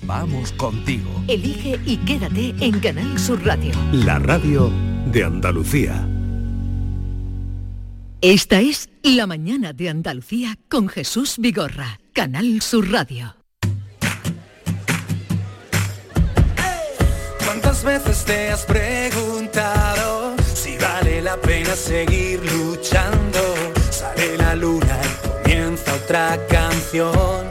Vamos contigo. Elige y quédate en Canal Sur Radio. La radio de Andalucía. Esta es La Mañana de Andalucía con Jesús Vigorra. Canal Sur Radio. ¿Cuántas veces te has preguntado si vale la pena seguir luchando? Sale la luna y comienza otra canción.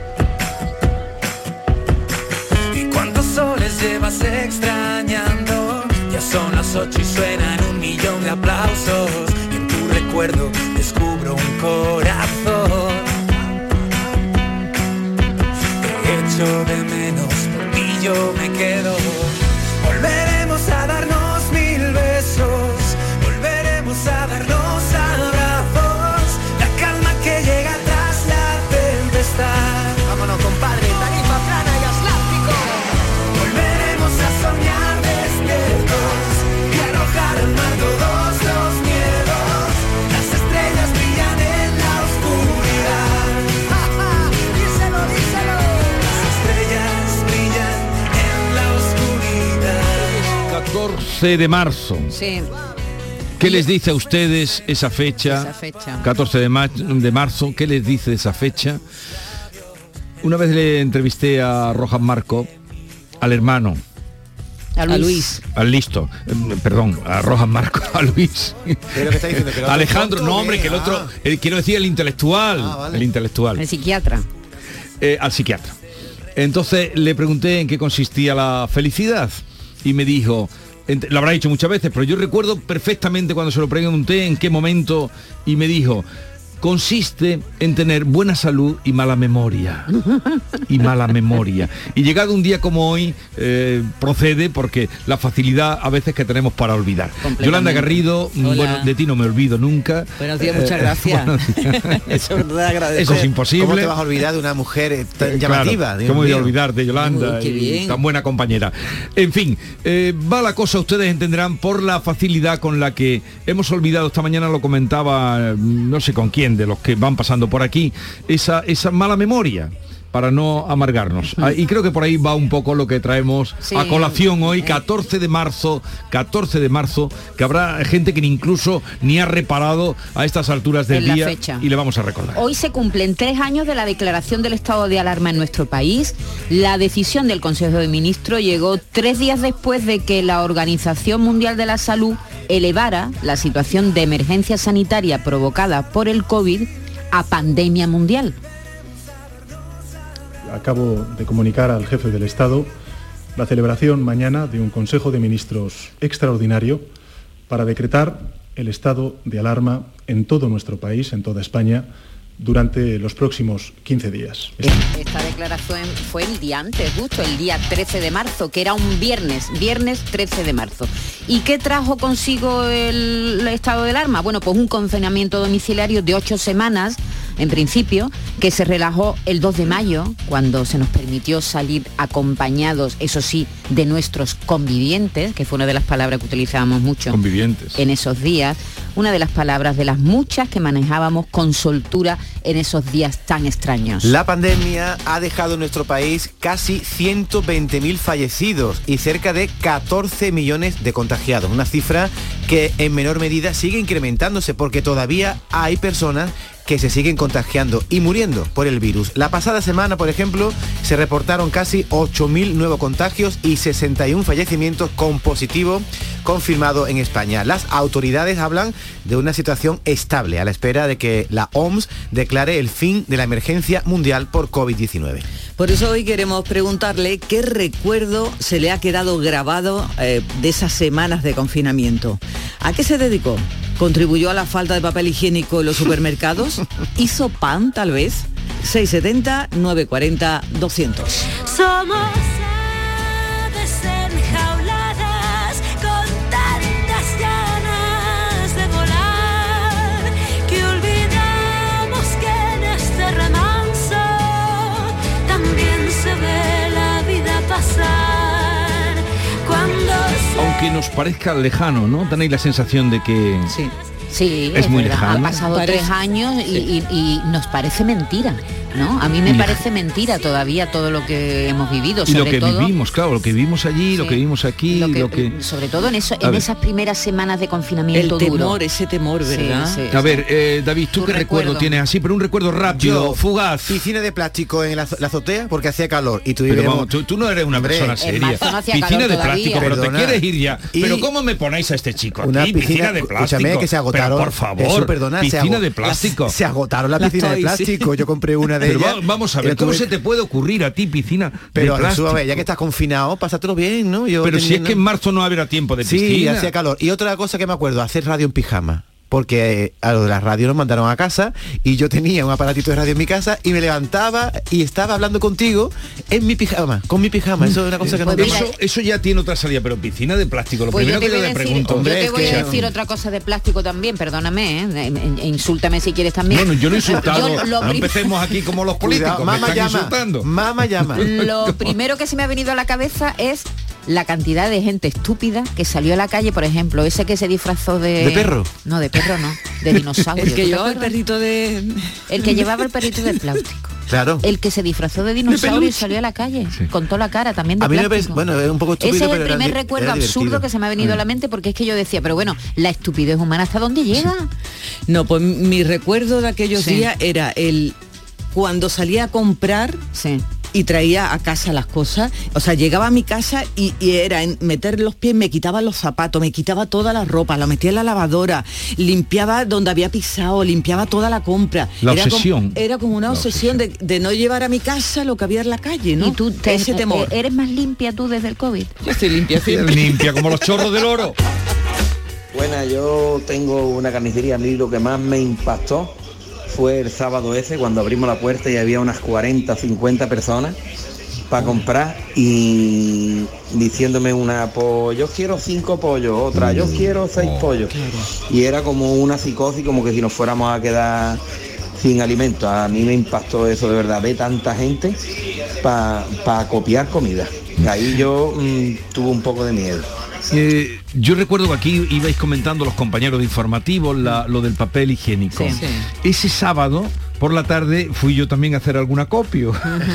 ¿Y cuántos soles llevas extrañando? Ya son las 8 y suenan 1.000.000 de aplausos. Y en tu recuerdo descubro un corazón. Te echo de menos, por ti yo me quedo. Volveremos a darnos 1000 besos, volveremos a darnos abrazos, la calma que llega tras la tempestad. Vámonos, compadre, tarifa plana y atlántico. Volveremos a soñar despiertos y arrojar al mar todos los miedos. Las estrellas brillan en la oscuridad. ¡Ja, ja! Díselo, díselo. Las estrellas brillan en la oscuridad. 14 de marzo. Sí. ¿Qué les dice a ustedes esa fecha? 14 de marzo, ¿qué les dice esa fecha? Una vez le entrevisté a Rojas Marco, al hermano. A Luis. Al listo. Perdón, a Rojas Marco, a Luis. Pero que está diciendo que Alejandro, no hombre, que el otro, quiero decir el intelectual. Vale. El intelectual. El psiquiatra. Al psiquiatra. Entonces le pregunté en qué consistía la felicidad y me dijo, lo habrá dicho muchas veces, pero yo recuerdo perfectamente cuando se lo pregunté en qué momento y me dijo, consiste en tener buena salud y mala memoria. Y mala memoria. Y llegado un día como hoy, procede porque la facilidad a veces que tenemos para olvidar. Yolanda Garrido, Hola. bueno, de ti no me olvido nunca. Buenos días, muchas gracias. Eso es verdad, agradecer. Eso es imposible. ¿Cómo te vas a olvidar de una mujer tan llamativa? Claro, Dios ¿cómo voy a mío? olvidar de Yolanda? Qué bien. Tan buena compañera. En fin, va la cosa, ustedes entenderán, por la facilidad con la que hemos olvidado, esta mañana lo comentaba, no sé con quién, de los que van pasando por aquí, esa mala memoria, para no amargarnos. Y creo que por ahí va un poco lo que traemos a colación hoy, 14 de marzo, que habrá gente que incluso ni ha reparado a estas alturas del En la día fecha. y le vamos a recordar. Hoy se cumplen 3 años de la declaración del estado de alarma en nuestro país. La decisión del Consejo de Ministros llegó 3 días después de que la Organización Mundial de la Salud elevara la situación de emergencia sanitaria provocada por el COVID a pandemia mundial. Acabo de comunicar al jefe del Estado la celebración mañana de un Consejo de Ministros extraordinario para decretar el estado de alarma en todo nuestro país, en toda España, durante los próximos 15 días. Esta declaración fue el día antes, justo el día 13 de marzo, que era un viernes 13 de marzo. ¿Y qué trajo consigo el estado de alarma? Bueno, pues un confinamiento domiciliario de 8 semanas, en principio, que se relajó el 2 de mayo, cuando se nos permitió salir acompañados, eso sí, de nuestros convivientes, que fue una de las palabras que utilizábamos mucho Convivientes. en esos días, una de las palabras de las muchas que manejábamos con soltura en esos días tan extraños. La pandemia ha dejado en nuestro país casi 120.000 fallecidos y cerca de 14 millones de contagiados. Una cifra que en menor medida sigue incrementándose porque todavía hay personas que se siguen contagiando y muriendo por el virus. La pasada semana, por ejemplo, se reportaron casi 8.000 nuevos contagios y 61 fallecimientos con positivo confirmado en España. Las autoridades hablan de una situación estable a la espera de que la OMS declare el fin de la emergencia mundial por COVID-19. Por eso hoy queremos preguntarle qué recuerdo se le ha quedado grabado de esas semanas de confinamiento. ¿A qué se dedicó? ¿Contribuyó a la falta de papel higiénico en los supermercados? ¿Hizo pan, tal vez? 670 940 200. Somos aves enjauladas con tantas ganas de volar que olvidamos que en este remanso también se ve la vida pasar. Cuando Aunque nos parezca lejano, ¿no? Tenéis la sensación de que... Sí, Es muy verdad. lejano. Han pasado 3 años y nos parece mentira. ¿no? A mí me parece mentira todavía todo lo que hemos vivido. Y sobre lo que todo, vivimos, claro, lo que vivimos allí, Sí. lo que vivimos aquí, sobre todo en A ver. esas primeras semanas de confinamiento El temor, duro. ese temor, ¿verdad? Sí, A ver, David, ¿tú Tu qué recuerdo recuerdo. tienes así? Pero un recuerdo rápido, Yo, fugaz. Piscina de plástico en la azotea porque hacía calor y Pero vamos, tú no eres una Hombre, persona en seria. marzo no hacía Piscina calor de todavía. plástico, pero te Perdona. quieres ir ya. Y Pero ¿cómo me ponéis a este chico una aquí? Piscina de plástico. escúchame, que se agotaron. Pero por favor, Eso, perdona, piscina de plástico. Se agotaron la piscina de Toys, sí. plástico. Yo compré una de Pero ellas. vamos a y ver, la ¿cómo tuve- se te puede ocurrir a ti piscina Pero de plástico? Jesús, a ver, ya que estás confinado, pásatelo bien, ¿no? Yo Pero si tenía- es que en marzo no habrá tiempo de Sí, piscina. hacía calor. Y otra cosa que me acuerdo, hacer radio en pijama. Porque a lo de la radio nos mandaron a casa y yo tenía un aparatito de radio en mi casa y me levantaba y estaba hablando contigo en mi pijama, con mi pijama. Eso es una cosa que no Pues me mira, Eso ya tiene otra salida, pero piscina de plástico, lo Pues primero que yo voy le a decir- pregunto. hombre, yo te es voy a que- decir otra cosa de plástico también, perdóname, insúltame si quieres también. Bueno, yo lo he insultado. Yo lo No prim- empecemos aquí como los políticos. Cuidado, me mamá están llama, insultando. mamá llama. Lo primero que se me ha venido a la cabeza es la cantidad de gente estúpida que salió a la calle, por ejemplo, ese que se disfrazó de... ¿De perro? No, de perro no, de dinosaurio. El ¿Tú que te llevaba el acuerdas? perrito de... El que llevaba el perrito de plástico. Claro. El que se disfrazó de dinosaurio y peluche. salió a la calle, con toda la cara también de A mí me plástico. parece, bueno, es un poco estúpido, Ese es el pero primer era recuerdo divertido. absurdo que se me ha venido a la mente, porque es que yo decía, pero bueno, la estupidez humana ¿hasta dónde llega? No, pues mi recuerdo de aquellos Sí. días era el cuando salía a comprar Sí. y traía a casa las cosas, o sea, llegaba a mi casa y era en meter los pies, me quitaba los zapatos, me quitaba toda la ropa, la metía en la lavadora, limpiaba donde había pisado, limpiaba toda la compra. La Era obsesión. Era como una La obsesión de no llevar a mi casa lo que había en la calle, ¿no? Y tú ese temor. eres más limpia tú desde el COVID. Yo estoy limpia siempre. Limpia como los chorros del oro. Buena, yo tengo una carnicería. A mí lo que más me impactó fue el sábado ese, cuando abrimos la puerta y había unas 40, 50 personas para comprar y diciéndome una, pues yo quiero 5 pollos, otra, yo quiero 6 pollos. Y era como una psicosis, como que si nos fuéramos a quedar sin alimentos. A mí me impactó eso, de verdad, ver tanta gente para copiar comida. Ahí yo tuve un poco de miedo. Yo recuerdo que aquí ibais comentando los compañeros de informativos lo del papel higiénico. Sí. Sí. Ese sábado por la tarde fui yo también a hacer algún acopio.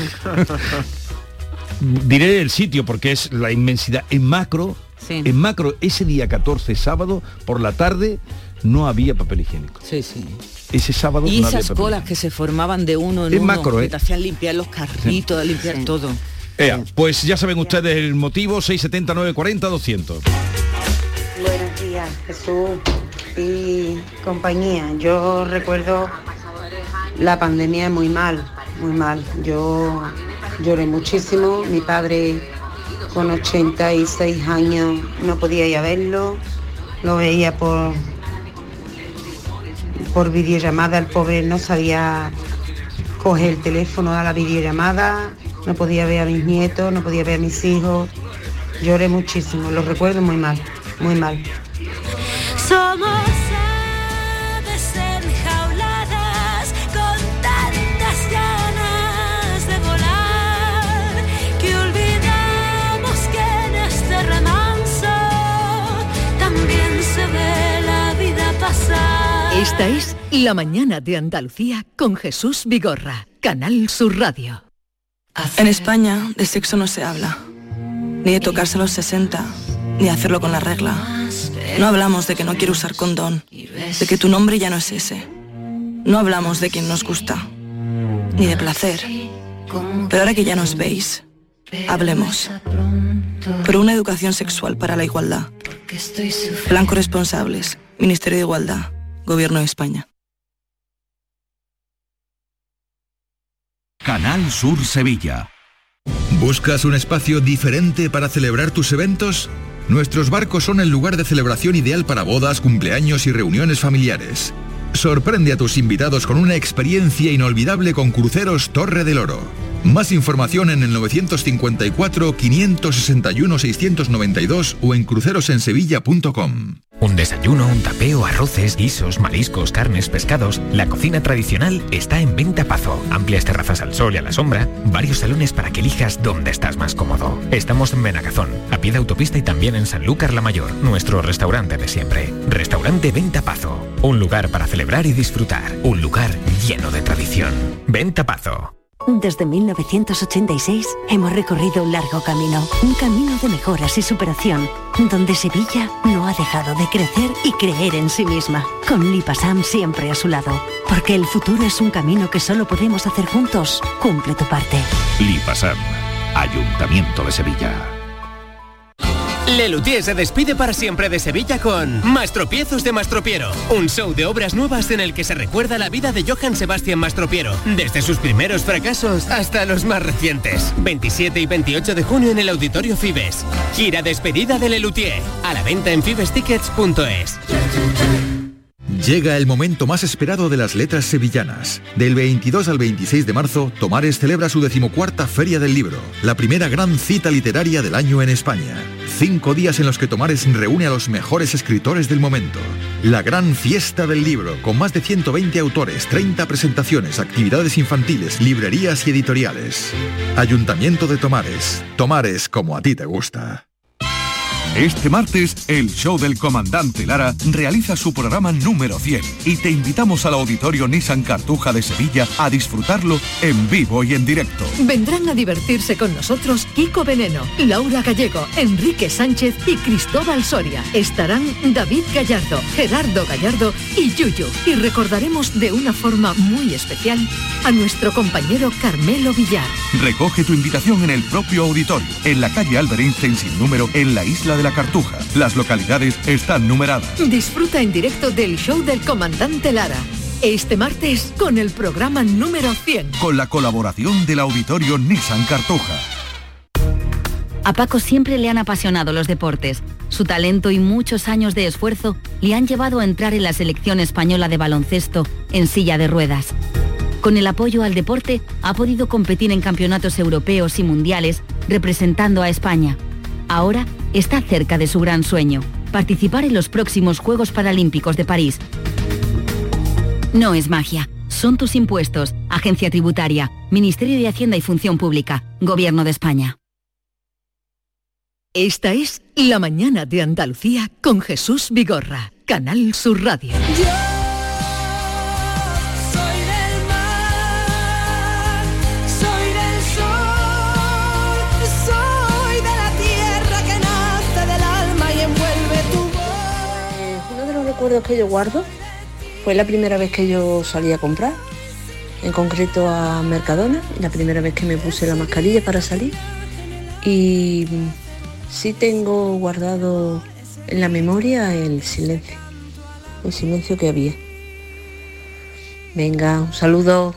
Diré el sitio porque es la inmensidad. En Macro, Sí. en Macro ese día 14, sábado, por la tarde, no había papel higiénico. Sí, sí. Ese sábado Y no había esas papel colas higiénico. que se formaban de uno en Es uno, macro, que ¿eh? te hacían limpiar los carritos, de limpiar Sí. todo. Ea, pues ya saben ustedes el motivo, 670 940 200. Buenos días, Jesús y compañía. Yo recuerdo la pandemia muy mal, muy mal. Yo lloré muchísimo. Mi padre con 86 años no podía ir a verlo. Lo veía por videollamada. El pobre no sabía coger el teléfono a la videollamada. No podía ver a mis nietos, no podía ver a mis hijos. Lloré muchísimo, lo recuerdo muy mal, muy mal. Somos aves enjauladas con tantas ganas de volar que olvidamos que en este remanso también se ve la vida pasar. Esta es La Mañana de Andalucía con Jesús Vigorra, Canal Sur Radio. En España de sexo no se habla, ni de tocarse a los 60, ni de hacerlo con la regla. No hablamos de que no quiero usar condón, de que tu nombre ya no es ese. No hablamos de quién nos gusta, ni de placer. Pero ahora que ya nos veis, hablemos. Por una educación sexual para la igualdad. Plan Corresponsables, Ministerio de Igualdad, Gobierno de España. Canal Sur Sevilla. ¿Buscas un espacio diferente para celebrar tus eventos? Nuestros barcos son el lugar de celebración ideal para bodas, cumpleaños y reuniones familiares. Sorprende a tus invitados con una experiencia inolvidable con Cruceros Torre del Oro. Más información en el 954 561 692 o en crucerosensevilla.com. Un desayuno, un tapeo, arroces, guisos, mariscos, carnes, pescados. La cocina tradicional está en Venta Pazo. Amplias terrazas al sol y a la sombra. Varios salones para que elijas dónde estás más cómodo. Estamos en Benagazón, a pie de autopista y también en Sanlúcar la Mayor, nuestro restaurante de siempre. Restaurante Venta Pazo. Un lugar para celebrar y disfrutar. Un lugar lleno de tradición. Venta Pazo. Desde 1986 hemos recorrido un largo camino, un camino de mejoras y superación, donde Sevilla no ha dejado de crecer y creer en sí misma, con Lipasam siempre a su lado, porque el futuro es un camino que solo podemos hacer juntos. Cumple tu parte. Lipasam, Ayuntamiento de Sevilla. Lelutier se despide para siempre de Sevilla con Mastropiezos de Mastropiero, un show de obras nuevas en el que se recuerda la vida de Johann Sebastian Mastropiero, desde sus primeros fracasos hasta los más recientes. 27 y 28 de junio en el Auditorio Fibes. Gira despedida de Lelutier, a la venta en fibestickets.es. Llega el momento más esperado de las letras sevillanas. Del 22 al 26 de marzo, Tomares celebra su 14ª Feria del Libro, la primera gran cita literaria del año en España. 5 días en los que Tomares reúne a los mejores escritores del momento. La gran fiesta del libro, con más de 120 autores, 30 presentaciones, actividades infantiles, librerías y editoriales. Ayuntamiento de Tomares. Tomares como a ti te gusta. Este martes, el show del comandante Lara realiza su programa número 100 y te invitamos al Auditorio Nissan Cartuja de Sevilla a disfrutarlo en vivo y en directo. Vendrán a divertirse con nosotros Kiko Veneno, Laura Gallego, Enrique Sánchez y Cristóbal Soria. Estarán David Gallardo, Gerardo Gallardo y Yuyu. Y recordaremos de una forma muy especial a nuestro compañero Carmelo Villar. Recoge tu invitación en el propio auditorio, en la calle Albert Einstein sin número, en la isla de la Cartuja. Las localidades están numeradas. Disfruta en directo del show del comandante Lara. Este martes con el programa número 100. Con la colaboración del Auditorio Nissan Cartuja. A Paco siempre le han apasionado los deportes. Su talento y muchos años de esfuerzo le han llevado a entrar en la selección española de baloncesto en silla de ruedas. Con el apoyo al deporte ha podido competir en campeonatos europeos y mundiales representando a España. Ahora está cerca de su gran sueño, participar en los próximos Juegos Paralímpicos de París. No es magia, son tus impuestos. Agencia Tributaria, Ministerio de Hacienda y Función Pública, Gobierno de España. Esta es La Mañana de Andalucía con Jesús Vigorra, Canal Sur Radio. Recuerdos que yo guardo fue la primera vez que yo salí a comprar, en concreto a Mercadona, la primera vez que me puse la mascarilla para salir, y sí tengo guardado en la memoria el silencio que había. Venga, un saludo.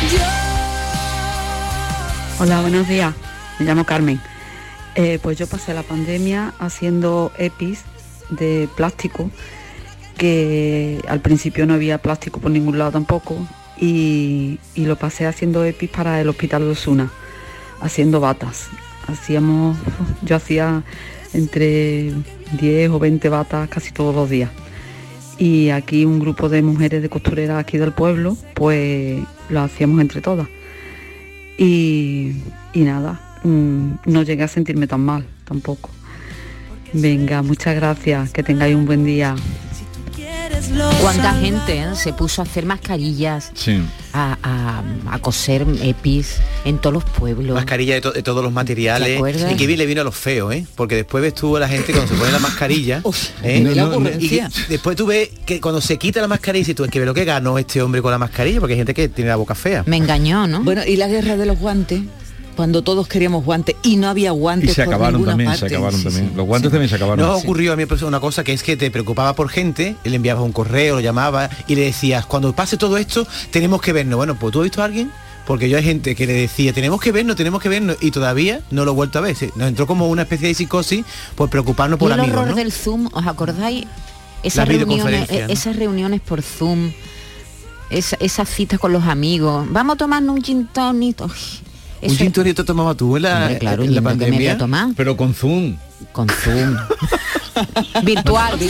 Hola, buenos días, me llamo Carmen. Pues yo pasé la pandemia haciendo EPIs de plástico, que al principio no había plástico por ningún lado tampoco, y lo pasé haciendo EPIs para el Hospital de Osuna, haciendo batas. Yo hacía entre 10 o 20 batas casi todos los días. Y aquí un grupo de mujeres de costureras aquí del pueblo, pues lo hacíamos entre todas. Y nada, no llegué a sentirme tan mal tampoco. Venga, muchas gracias, que tengáis un buen día. ¿Cuánta gente se puso a hacer mascarillas, sí, a coser EPIs en todos los pueblos? Mascarilla de todos los materiales. Y que bien le vino a los feos, porque después ves tú a la gente cuando se pone la mascarilla, y después tú ves que cuando se quita la mascarilla, y dices tú, es que ve lo que ganó este hombre con la mascarilla, porque hay gente que tiene la boca fea. Me engañó, ¿no? Bueno, y la guerra de los guantes, cuando todos queríamos guantes y no había guantes. Y se acabaron también, parte. Los guantes también se acabaron. No ocurrió a mí una cosa, que es que te preocupaba por gente, le enviabas un correo, lo llamabas y le decías, cuando pase todo esto, tenemos que vernos. Bueno, pues ¿tú has visto a alguien? Porque yo hay gente que le decía, tenemos que vernos, y todavía no lo he vuelto a ver. Nos entró como una especie de psicosis por preocuparnos por amigos, ¿no? El horror ¿no? del Zoom, ¿os acordáis? Esas reuniones por Zoom, esas citas con los amigos. Vamos a tomarnos un gin tonic. Un gin tonic tomaba tú en la, claro, en la pandemia. Pero con Zoom. Con Zoom. Virtual.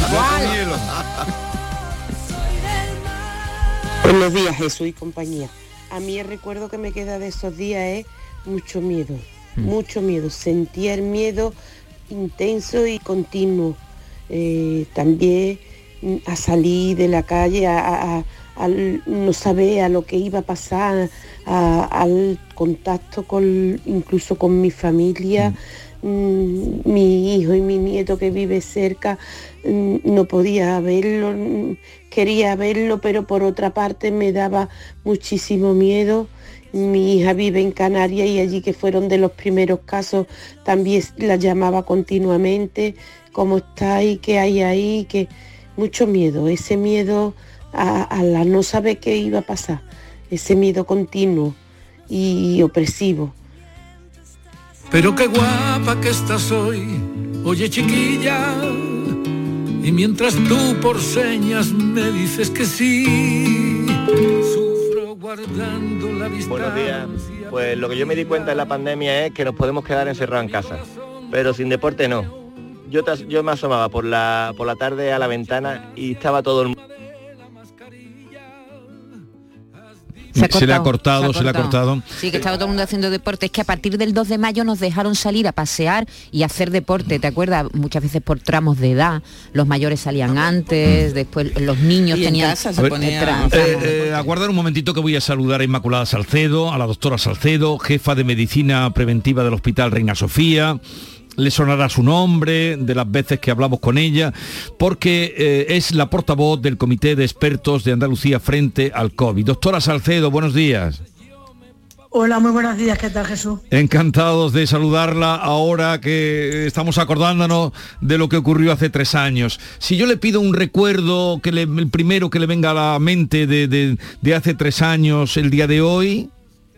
Buenos días, Jesús y compañía. A mí el recuerdo que me queda de esos días es mucho miedo. Sentía el miedo intenso y continuo. También a salir de la calle, a no saber a lo que iba a pasar, al contacto incluso con mi familia. Mi hijo y mi nieto que vive cerca, no podía verlo, quería verlo, pero por otra parte me daba muchísimo miedo. Mi hija vive en Canarias y allí, que fueron de los primeros casos, también la llamaba continuamente: ¿cómo estáis? ¿Qué hay ahí? Que mucho miedo, ese miedo a la no saber qué iba a pasar, ese miedo continuo y opresivo. Pero qué guapa que estás hoy, oye chiquilla, y mientras tú por señas me dices que sí, sufro guardando la distancia. Buenos días. Pues lo que yo me di cuenta en la pandemia es que nos podemos quedar encerrados en casa, pero sin deporte no. Yo me asomaba por la tarde a la ventana y estaba todo el mundo. Se le ha cortado. Sí, que estaba todo el mundo haciendo deporte. Es que a partir del 2 de mayo nos dejaron salir a pasear y hacer deporte, ¿te acuerdas? Muchas veces por tramos de edad. Los mayores salían antes, después los niños tenían... Aguardar un momentito que voy a saludar a Inmaculada Salcedo, a la doctora Salcedo, jefa de Medicina Preventiva del Hospital Reina Sofía. Le sonará su nombre de las veces que hablamos con ella, porque es la portavoz del Comité de Expertos de Andalucía frente al COVID. Doctora Salcedo, buenos días. Hola, muy buenos días, ¿qué tal, Jesús? Encantados de saludarla ahora que estamos acordándonos de lo que ocurrió hace 3 años. Si yo le pido un recuerdo, el primero que le venga a la mente de hace 3 años, el día de hoy...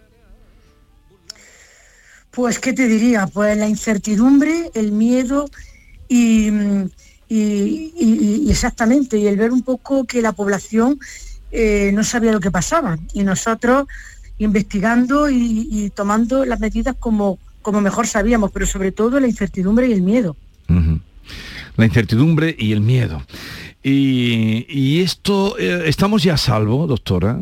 Pues, ¿qué te diría? Pues la incertidumbre, el miedo y exactamente, y el ver un poco que la población no sabía lo que pasaba. Y nosotros investigando y tomando las medidas como mejor sabíamos, pero sobre todo la incertidumbre y el miedo. Uh-huh. La incertidumbre y el miedo. Y esto, ¿estamos ya a salvo, doctora?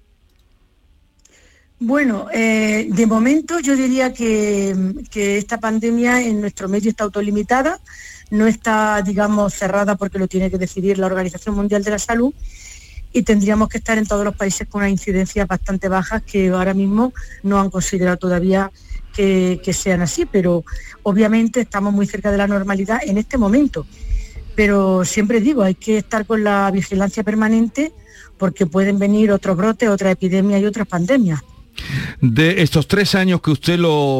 Bueno, de momento yo diría que esta pandemia en nuestro medio está autolimitada, no está, digamos, cerrada porque lo tiene que decidir la Organización Mundial de la Salud, y tendríamos que estar en todos los países con unas incidencias bastante bajas que ahora mismo no han considerado todavía que sean así, pero obviamente estamos muy cerca de la normalidad en este momento. Pero siempre digo, hay que estar con la vigilancia permanente porque pueden venir otros brotes, otras epidemias y otras pandemias. De estos 3 años que usted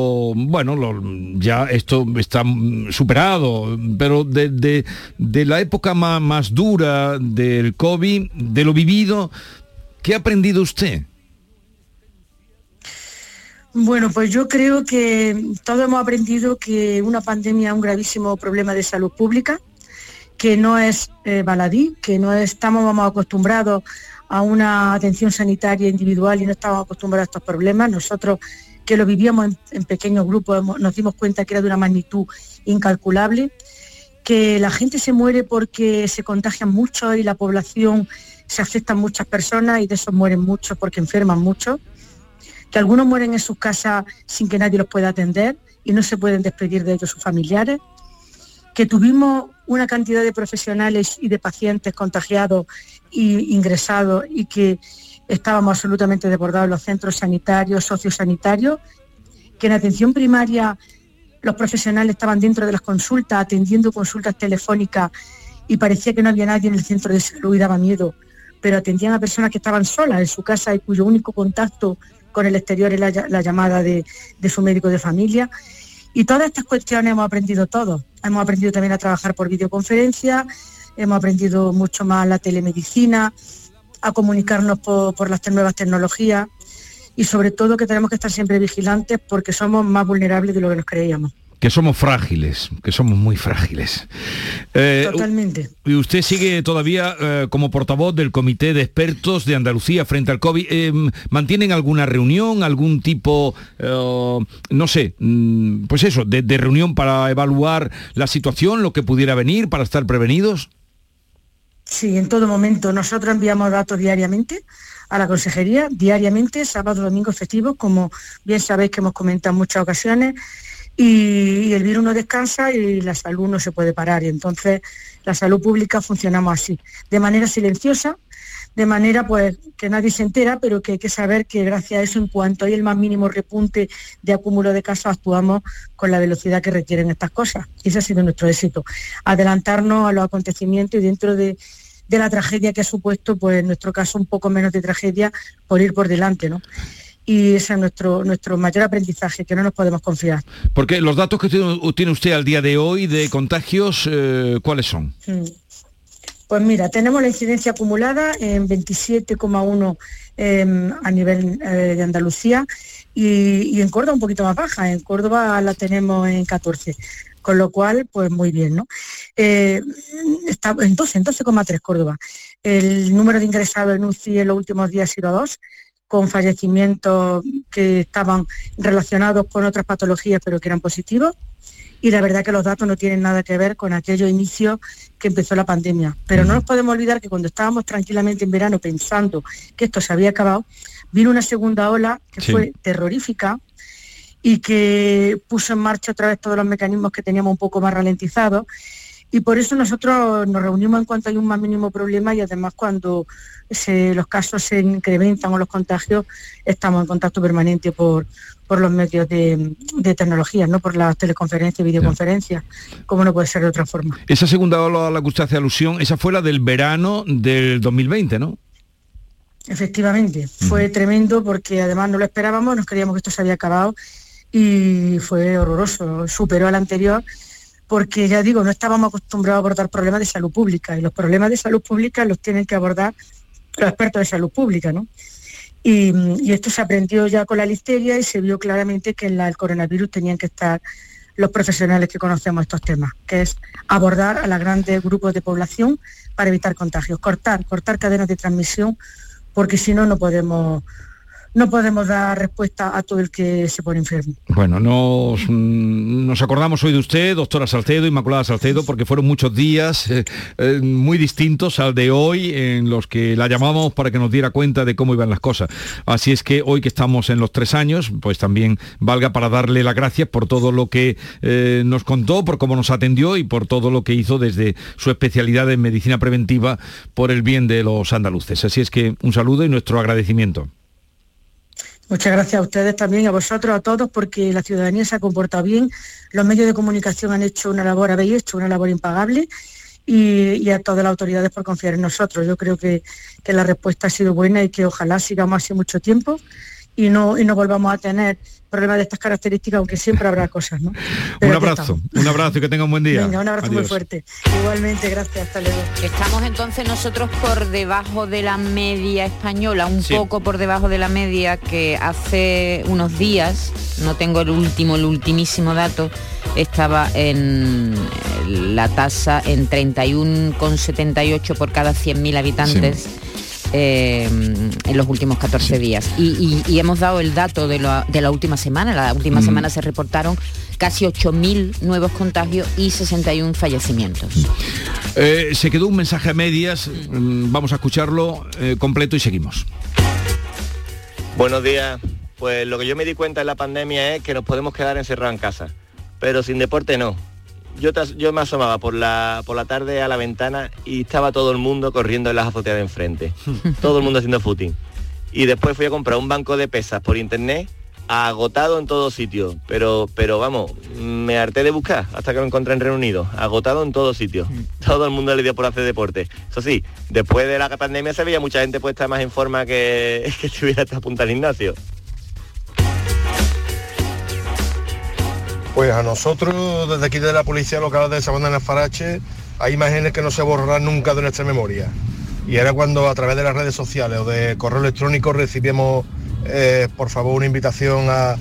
ya esto está superado, pero de la época más dura del COVID, de lo vivido, ¿qué ha aprendido usted? Bueno, pues yo creo que todos hemos aprendido que una pandemia es un gravísimo problema de salud pública, que no es baladí, que no estamos acostumbrados a una atención sanitaria individual y no estábamos acostumbrados a estos problemas. Nosotros, que lo vivíamos en pequeños grupos, nos dimos cuenta que era de una magnitud incalculable, que la gente se muere porque se contagian mucho y la población se afectan muchas personas y de esos mueren muchos porque enferman mucho, que algunos mueren en sus casas sin que nadie los pueda atender y no se pueden despedir de ellos sus familiares, que tuvimos una cantidad de profesionales y de pacientes contagiados e ingresados y que estábamos absolutamente desbordados en los centros sanitarios, sociosanitarios, que en atención primaria los profesionales estaban dentro de las consultas, atendiendo consultas telefónicas y parecía que no había nadie en el centro de salud y daba miedo, pero atendían a personas que estaban solas en su casa y cuyo único contacto con el exterior era la llamada de su médico de familia. Y todas estas cuestiones hemos aprendido todos. Hemos aprendido también a trabajar por videoconferencia, hemos aprendido mucho más la telemedicina, a comunicarnos por las nuevas tecnologías y sobre todo que tenemos que estar siempre vigilantes porque somos más vulnerables de lo que nos creíamos. que somos frágiles, que somos muy frágiles. Totalmente. Y usted sigue todavía como portavoz del Comité de Expertos de Andalucía frente al COVID. ¿Mantienen alguna reunión, algún tipo, no sé, pues eso, de reunión para evaluar la situación, lo que pudiera venir, para estar prevenidos? Sí, en todo momento. Nosotros enviamos datos diariamente a la consejería, diariamente, sábado, domingo, festivos, como bien sabéis que hemos comentado en muchas ocasiones, y el virus no descansa y la salud no se puede parar. Y entonces la salud pública funcionamos así, de manera silenciosa, de manera pues que nadie se entera, pero que hay que saber que gracias a eso, en cuanto hay el más mínimo repunte de acúmulo de casos, actuamos con la velocidad que requieren estas cosas. Y ese ha sido nuestro éxito, adelantarnos a los acontecimientos y dentro de la tragedia que ha supuesto, pues en nuestro caso un poco menos de tragedia por ir por delante, ¿no? Y ese es nuestro mayor aprendizaje, que no nos podemos confiar. Porque los datos que tiene usted al día de hoy de contagios, ¿cuáles son? Pues mira, tenemos la incidencia acumulada en 27,1 a nivel de Andalucía y en Córdoba un poquito más baja, en Córdoba la tenemos en 14. Con lo cual, pues muy bien, ¿no? Está en 12,3 Córdoba. El número de ingresados en UCI en los últimos días ha sido 2, con fallecimientos que estaban relacionados con otras patologías, pero que eran positivos. Y la verdad que los datos no tienen nada que ver con aquellos inicios que empezó la pandemia. Pero no nos podemos olvidar que cuando estábamos tranquilamente en verano pensando que esto se había acabado, vino una segunda ola que fue terrorífica, y que puso en marcha otra vez todos los mecanismos que teníamos un poco más ralentizados, y por eso nosotros nos reunimos en cuanto hay un más mínimo problema, y además cuando los casos se incrementan o los contagios, estamos en contacto permanente por los medios de tecnología, no por las teleconferencias y videoconferencias, como no puede ser de otra forma. Esa segunda ola a la que usted hace alusión, esa fue la del verano del 2020, ¿no? Efectivamente, fue tremendo porque además no lo esperábamos, nos creíamos que esto se había acabado, y fue horroroso, superó al anterior, porque ya digo, no estábamos acostumbrados a abordar problemas de salud pública, y los problemas de salud pública los tienen que abordar los expertos de salud pública, ¿no? Y esto se aprendió ya con la listeria, y se vio claramente que en el coronavirus tenían que estar los profesionales que conocemos estos temas, que es abordar a los grandes grupos de población para evitar contagios, cortar cadenas de transmisión, porque si no, no podemos dar respuesta a todo el que se pone enfermo. Bueno, nos acordamos hoy de usted, doctora Salcedo, Inmaculada Salcedo, porque fueron muchos días muy distintos al de hoy, en los que la llamamos para que nos diera cuenta de cómo iban las cosas. Así es que hoy que estamos en los 3 años, pues también valga para darle las gracias por todo lo que nos contó, por cómo nos atendió y por todo lo que hizo desde su especialidad en medicina preventiva por el bien de los andaluces. Así es que un saludo y nuestro agradecimiento. Muchas gracias a ustedes también, a vosotros, a todos, porque la ciudadanía se ha comportado bien, los medios de comunicación habéis hecho una labor impagable, y a todas las autoridades por confiar en nosotros. Yo creo que la respuesta ha sido buena y que ojalá sigamos así mucho tiempo y no volvamos a tener problemas de estas características, aunque siempre habrá cosas, ¿no? Un abrazo y que tenga un buen día. Venga, un abrazo. Adiós. Muy fuerte. Igualmente, gracias, hasta luego. Estamos entonces nosotros por debajo de la media española, un poco por debajo de la media, que hace unos días, no tengo el ultimísimo dato, estaba en la tasa en 31,78 por cada 100.000 habitantes. Sí. En los últimos 14 días y hemos dado el dato de la última semana. La última semana se reportaron casi 8.000 nuevos contagios y 61 fallecimientos. Se quedó un mensaje a medias, vamos a escucharlo completo y seguimos. Buenos días. Pues lo que yo me di cuenta en la pandemia es que nos podemos quedar encerrados en casa, pero sin deporte no. Yo me asomaba por la tarde a la ventana y estaba todo el mundo corriendo en las azoteas de enfrente. Todo el mundo haciendo footing. Y después fui a comprar un banco de pesas por internet, agotado en todos sitios. Pero vamos, me harté de buscar hasta que lo encontré en Reino Unido. Agotado en todos sitios. Todo el mundo le dio por hacer deporte. Eso sí, después de la pandemia se veía mucha gente puesta más en forma que estuviera hasta punta al gimnasio. Pues a nosotros, desde aquí de la Policía Local de Sabana de Alfarache, hay imágenes que no se borrarán nunca de nuestra memoria. Y era cuando a través de las redes sociales o de correo electrónico recibimos, por favor, una invitación a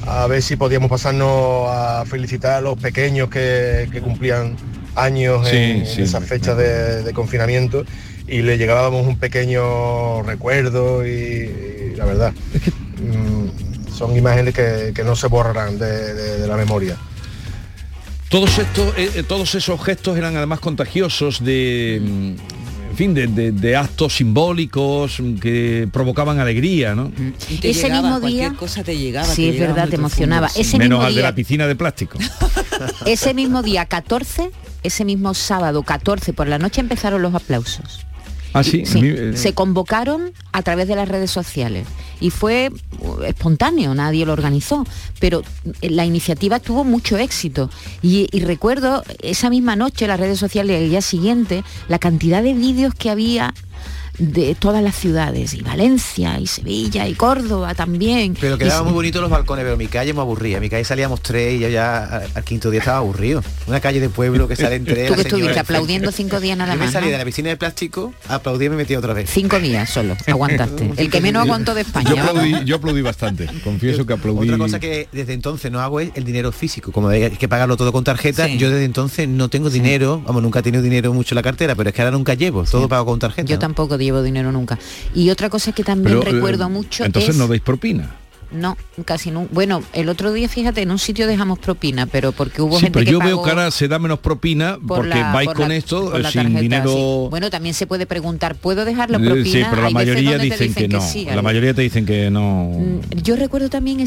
a ver si podíamos pasarnos a felicitar a los pequeños que cumplían años en esas fechas de confinamiento, y le llegábamos un pequeño recuerdo y la verdad, son imágenes que no se borrarán de la memoria. Todos esos gestos eran además contagiosos de actos simbólicos que provocaban alegría, ¿no? Ese mismo día, cualquier cosa te llegaba. Sí, es verdad, te emocionaba. Menos al de la piscina de plástico. Ese mismo día 14, ese mismo sábado 14 por la noche empezaron los aplausos. Ah, sí. Se convocaron a través de las redes sociales y fue espontáneo, nadie lo organizó, pero la iniciativa tuvo mucho éxito y recuerdo esa misma noche las redes sociales y el día siguiente la cantidad de vídeos que había de todas las ciudades, y Valencia, y Sevilla, y Córdoba también. Pero quedaban muy bonitos los balcones, pero mi calle me aburría. Mi calle salíamos 3 y yo ya al quinto día estaba aburrido. Una calle de pueblo que salen 3. Tú que estuviste aplaudiendo 5 días nada más. Yo me salí ¿no? de la piscina de plástico, aplaudí y me metí otra vez. 5 días solo, aguantaste. El que menos aguantó de España. Yo aplaudí bastante, confieso que aplaudí. Otra cosa que desde entonces no hago es el dinero físico. Como hay que pagarlo todo con tarjeta, yo desde entonces no tengo dinero, nunca he tenido dinero mucho en la cartera, pero es que ahora nunca llevo, todo pago con tarjeta. Yo tampoco llevo dinero nunca. Y otra cosa que también recuerdo mucho entonces no dais propina. No, casi no. Bueno, el otro día, fíjate, en un sitio dejamos propina, pero porque hubo gente pero que yo pagó veo que ahora se da menos propina porque vais con esto sin tarjeta, dinero. Sí. Bueno, también se puede preguntar, ¿puedo dejar la propina? Sí, pero la mayoría dicen que no. Sí, la mayoría te dicen que no. Yo recuerdo también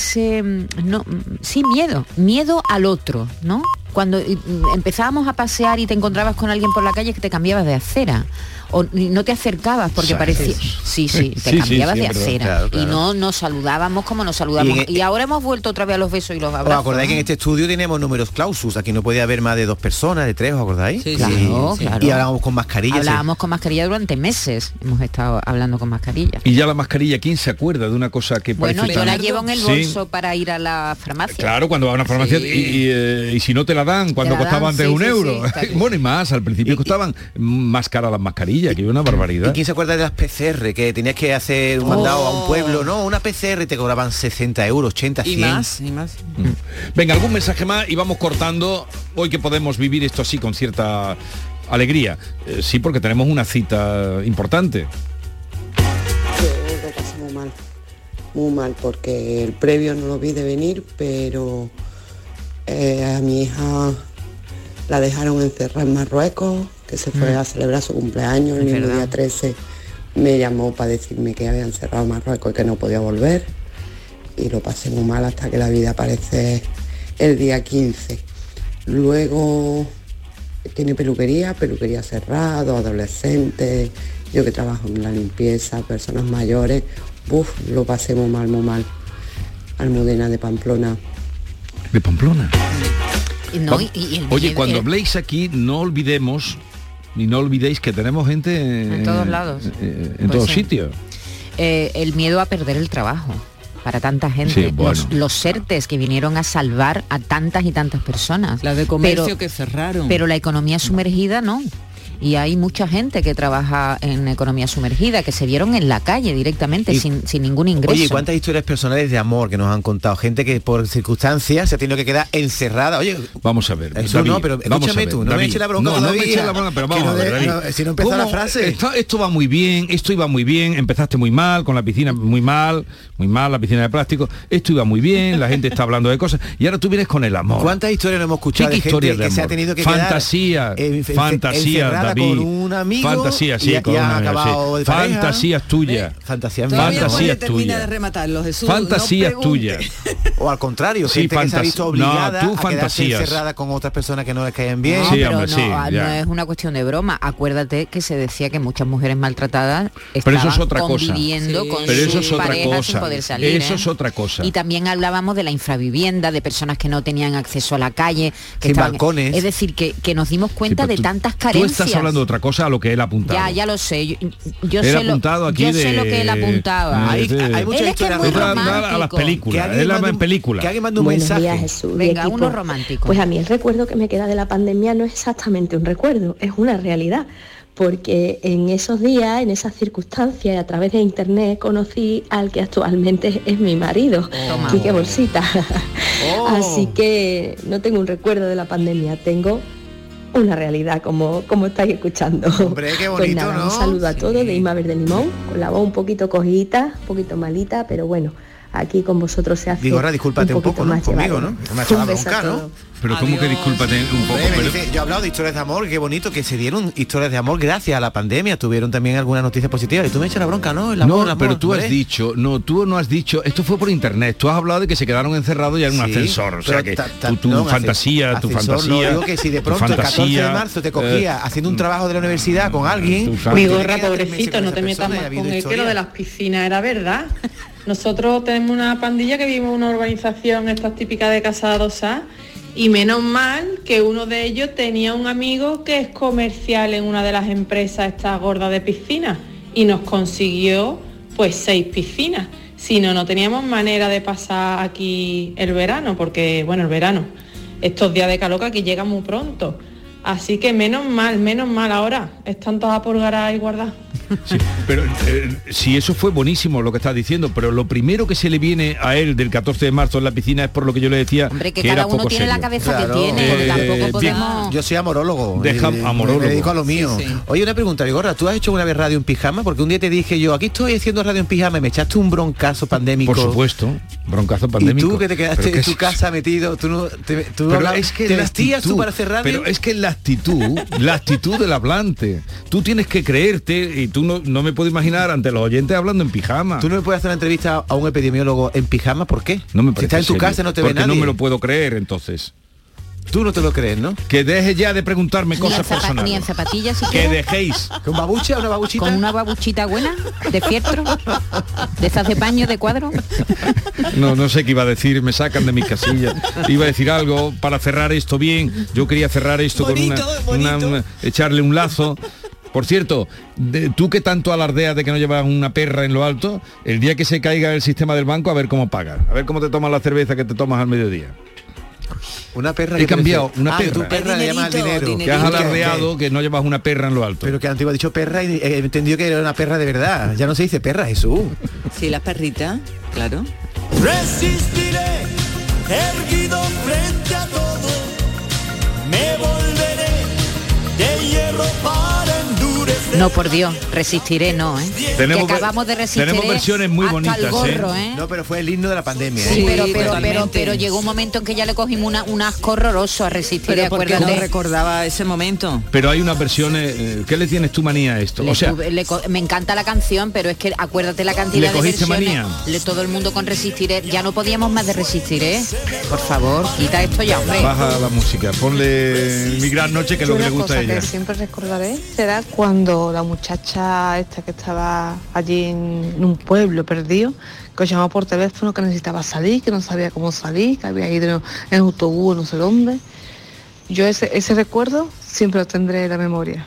miedo al otro, ¿no? Cuando empezábamos a pasear y te encontrabas con alguien por la calle, que te cambiabas de acera. O no te acercabas porque parecía... Sí, te cambiabas de acera. Claro. Y no nos saludábamos como nos saludamos. Y ahora hemos vuelto otra vez a los besos y los abrazos. ¿Os acordáis que en este estudio tenemos números clausus? Aquí no podía haber más de 2 personas, de 3, ¿os acordáis? Sí, claro. Y hablábamos con mascarilla. Hablábamos con mascarilla durante meses. Hemos estado hablando con mascarilla. Y ya la mascarilla, ¿quién se acuerda de una cosa que bueno, parece yo la llevo en el bolso para ir a la farmacia. Claro, cuando va a una farmacia y si no te la dan, cuando costaba antes €1. Bueno, y más, al principio costaban más caras las mascarillas, que una barbaridad. ¿Y quién se acuerda de las PCR? Que tenías que hacer un mandado a un pueblo, ¿no? Una PCR te cobraban 60 euros, 80, 100. Y más. Venga, algún mensaje más y vamos cortando. Hoy que podemos vivir esto así con cierta alegría. Sí, porque tenemos una cita importante. Yo lo pasé muy mal, porque el previo no lo vi de venir, pero a mi hija la dejaron encerrar en Marruecos, que se fue a celebrar su cumpleaños. El mismo día 13 me llamó para decirme que habían cerrado Marruecos y que no podía volver, y lo pasé muy mal hasta que la vida aparece el día 15. Luego tiene peluquería cerrado, adolescentes, yo que trabajo en la limpieza, personas mayores. Lo pasé muy mal. Almudena de Pamplona. ¿De Pamplona? No, Oye, cuando habléis aquí, no olvidemos y no olvidéis que tenemos gente en todos lados, en todos sitios. El miedo a perder el trabajo para tanta gente, los ERTEs que vinieron a salvar a tantas y tantas personas, las de comercio que cerraron, pero la economía sumergida no. Y hay mucha gente que trabaja en economía sumergida, que se vieron en la calle directamente sin ningún ingreso. Oye, ¿cuántas historias personales de amor que nos han contado? Gente que por circunstancias se ha tenido que quedar encerrada. Oye, vamos a ver. Eso David, no, pero escúchame tú, no me eches la bronca todavía. No me eches la bronca, pero vamos a ver, David. Si no empezó la frase. Esto va muy bien, esto iba muy bien, empezaste muy mal, con la piscina muy mal, la piscina de plástico, esto iba muy bien, la gente está hablando de cosas, y ahora tú vienes con el amor. ¿Cuántas historias no hemos escuchado de gente que se ha tenido que fantasía, David. Con una amigo, fantasía, sí, y ha acabado de pareja. Fantasías tuyas. Fantasías tuyas. De rematarlo, Jesús. Fantasías tuyas. O al contrario, gente que se ha visto obligada a quedarse encerrada con otras personas que no les caen bien. No, pero no es una cuestión de broma. Acuérdate que se decía que muchas mujeres maltratadas estaban conviviendo con sus parejas sin poder salir. Eso es otra cosa. Y también hablábamos de la infravivienda, de personas que no tenían acceso a la calle, que estaban, balcones. Es decir, que nos dimos cuenta de tantas carencias. Tú estás hablando de otra cosa a lo que él apuntaba. Ya lo sé. Yo sé lo que él apuntaba. Hay muchas historias a las películas. Que alguien manda un mensaje. Días, Jesús. Venga, uno romántico. Pues a mí el recuerdo que me queda de la pandemia no es exactamente un recuerdo, es una realidad. porque en esos días, en esas circunstancias, a través de internet conocí al que actualmente es mi marido, Quique Bolsita. Así que no tengo un recuerdo de la pandemia, tengo una realidad, como estáis escuchando. Hombre, qué bonito, pues nada, ¿no? Un saludo a todos de Ima Verde Limón, con la voz un poquito cogidita, un poquito malita, pero bueno, aquí con vosotros se hace Vigorra, discúlpate un poco, ¿no? más Conmigo, llevadero. ¿no? Me ha echado la Un beso bronca, a ¿no? todos. Pero ¿cómo que discúlpate un poco? Hombre, me Pero- dice, yo he hablado de historias de amor, qué bonito que se dieron historias de amor gracias a la pandemia, tuvieron también algunas noticias positivas y tú me echas la bronca, ¿no? El amor, No, el amor, pero tú hombre. has dicho, tú no has dicho, esto fue por internet, tú has hablado de que se quedaron encerrados ya en un Sí, ascensor, o sea pero que tu no, fantasía, tu ascensor, no, fantasía, digo que si de tu pronto el 14 de fantasía, marzo te cogía haciendo un trabajo de la universidad con alguien, Vigorra, pobrecito, no te metas más con él, que lo de las piscinas era verdad. Nosotros tenemos una pandilla que vivimos en una urbanización, estas típicas de Casa Adosada, y menos mal que uno de ellos tenía un amigo que es comercial en una de las empresas estas gordas de piscinas y nos consiguió pues 6 piscinas. Si no, no teníamos manera de pasar aquí el verano, porque bueno, el verano, estos días de calor que aquí llegan muy pronto. Así que menos mal ahora, están todas por garar y guardar. Sí, pero si eso fue buenísimo lo que estás diciendo, pero lo primero que se le viene a él del 14 de marzo en la piscina es por lo que yo le decía. Hombre, que que cada era uno poco tiene serio. la cabeza que tiene, porque tampoco podemos... Yo soy amorólogo. Deja amorólogo. Me dedico a lo mío. Sí, sí. Oye, una pregunta, Vigorra, ¿tú has hecho una vez radio en pijama? Porque un día te dije yo, aquí estoy haciendo radio en pijama y me echaste un broncazo pandémico. Por supuesto, broncazo pandémico. Y tú que te quedaste Pero en que tu casa metido, tú no... Tú pero hablabas- es que te la vestías tú actitud- para hacer radio. Pero es que la actitud del hablante. Tú tienes que creerte y tú no me puedo imaginar ante los oyentes hablando en pijama. ¿Tú no me puedes hacer una entrevista a un epidemiólogo en pijama? ¿Por qué? No me Si parece estás en tu serio, casa no te ve porque nadie. no me lo puedo creer entonces. Tú no te lo crees, ¿no? Que deje ya de preguntarme Ni cosas en, ni en personales. zapatillas si Que quieres. dejéis. ¿Con babucha? ¿Una babuchita? Con una babuchita buena, de fieltro, de esas de paño, de cuadro. No sé qué iba a decir, me sacan de mi casilla. Iba a decir algo para cerrar esto bien. Yo quería cerrar esto con echarle un lazo. Por cierto, tú que tanto alardeas de que no llevas una perra en lo alto, el día que se caiga el sistema del banco, a ver cómo pagas. A ver cómo te tomas la cerveza que te tomas al mediodía. Una perra He cambiado, una perra. Tu perra le llamas dinero. Que has alardeado que no llevas una perra en lo alto. Pero que antiguo ha dicho perra y he entendido que era una perra de verdad. Ya no se dice perra, Jesús. Sí, las perritas, claro. Resistiré, erguido frente a todo, me volveré de hierro para endurecer. No, por Dios, resistiré, no, ¿eh? Tenemos que acabamos de resistir. tenemos versiones muy hasta bonitas, el gorro, ¿eh? No, pero fue el himno de la pandemia. Sí, ¿eh? pero llegó un momento en que ya le cogimos un asco horroroso a resistir, Pero porque acuérdate. no recordaba ese momento. Pero hay unas versiones. ¿Qué le tienes tu manía a esto? O sea, Me encanta la canción, pero es que acuérdate la cantidad ¿Le de cogiste versiones. manía? Todo el mundo con Resistiré. Ya no podíamos más de Resistiré. Por favor, quita esto ya, hombre. baja la música, ponle Mi Gran Noche, que es lo que le gusta a ella. que siempre recordaré será cuando la muchacha esta que estaba allí en un pueblo perdido, que os llamó por teléfono que necesitaba salir, que no sabía cómo salir, que había ido en autobús no sé dónde. Yo ese recuerdo siempre lo tendré en la memoria.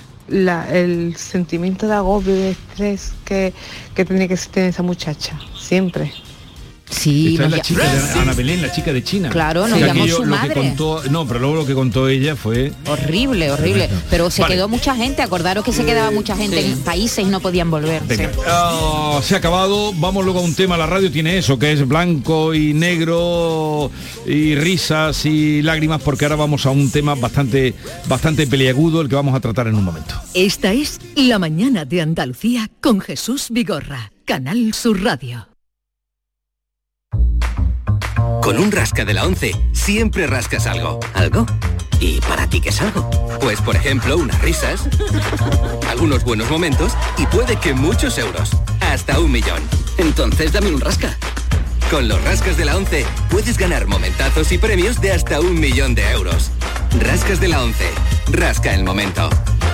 El sentimiento de agobio y de estrés que tenía que tener esa muchacha, siempre. Sí, Esta es la chica de Ana Belén, la chica de China. Claro, nos Y llamó aquello, su lo que madre. contó, no, pero luego lo que contó ella fue Horrible. Pero se Vale. quedó mucha gente. Acordaros que se quedaba mucha gente en países y no podían volver. Venga, se ha acabado. Vamos luego a un tema. La radio tiene eso, que es blanco y negro y risas y lágrimas, porque ahora vamos a un tema bastante peliagudo, el que vamos a tratar en un momento. Esta es La Mañana de Andalucía con Jesús Vigorra, Canal Sur Radio. Con un rasca de la 11 siempre rascas algo. ¿Algo? ¿Y para ti qué es algo? Pues por ejemplo unas risas, algunos buenos momentos y puede que muchos euros. Hasta 1 millón. Entonces dame un rasca. Con los rascas de la 11 puedes ganar momentazos y premios de hasta 1 millón de euros. Rascas de la 11. Rasca el momento.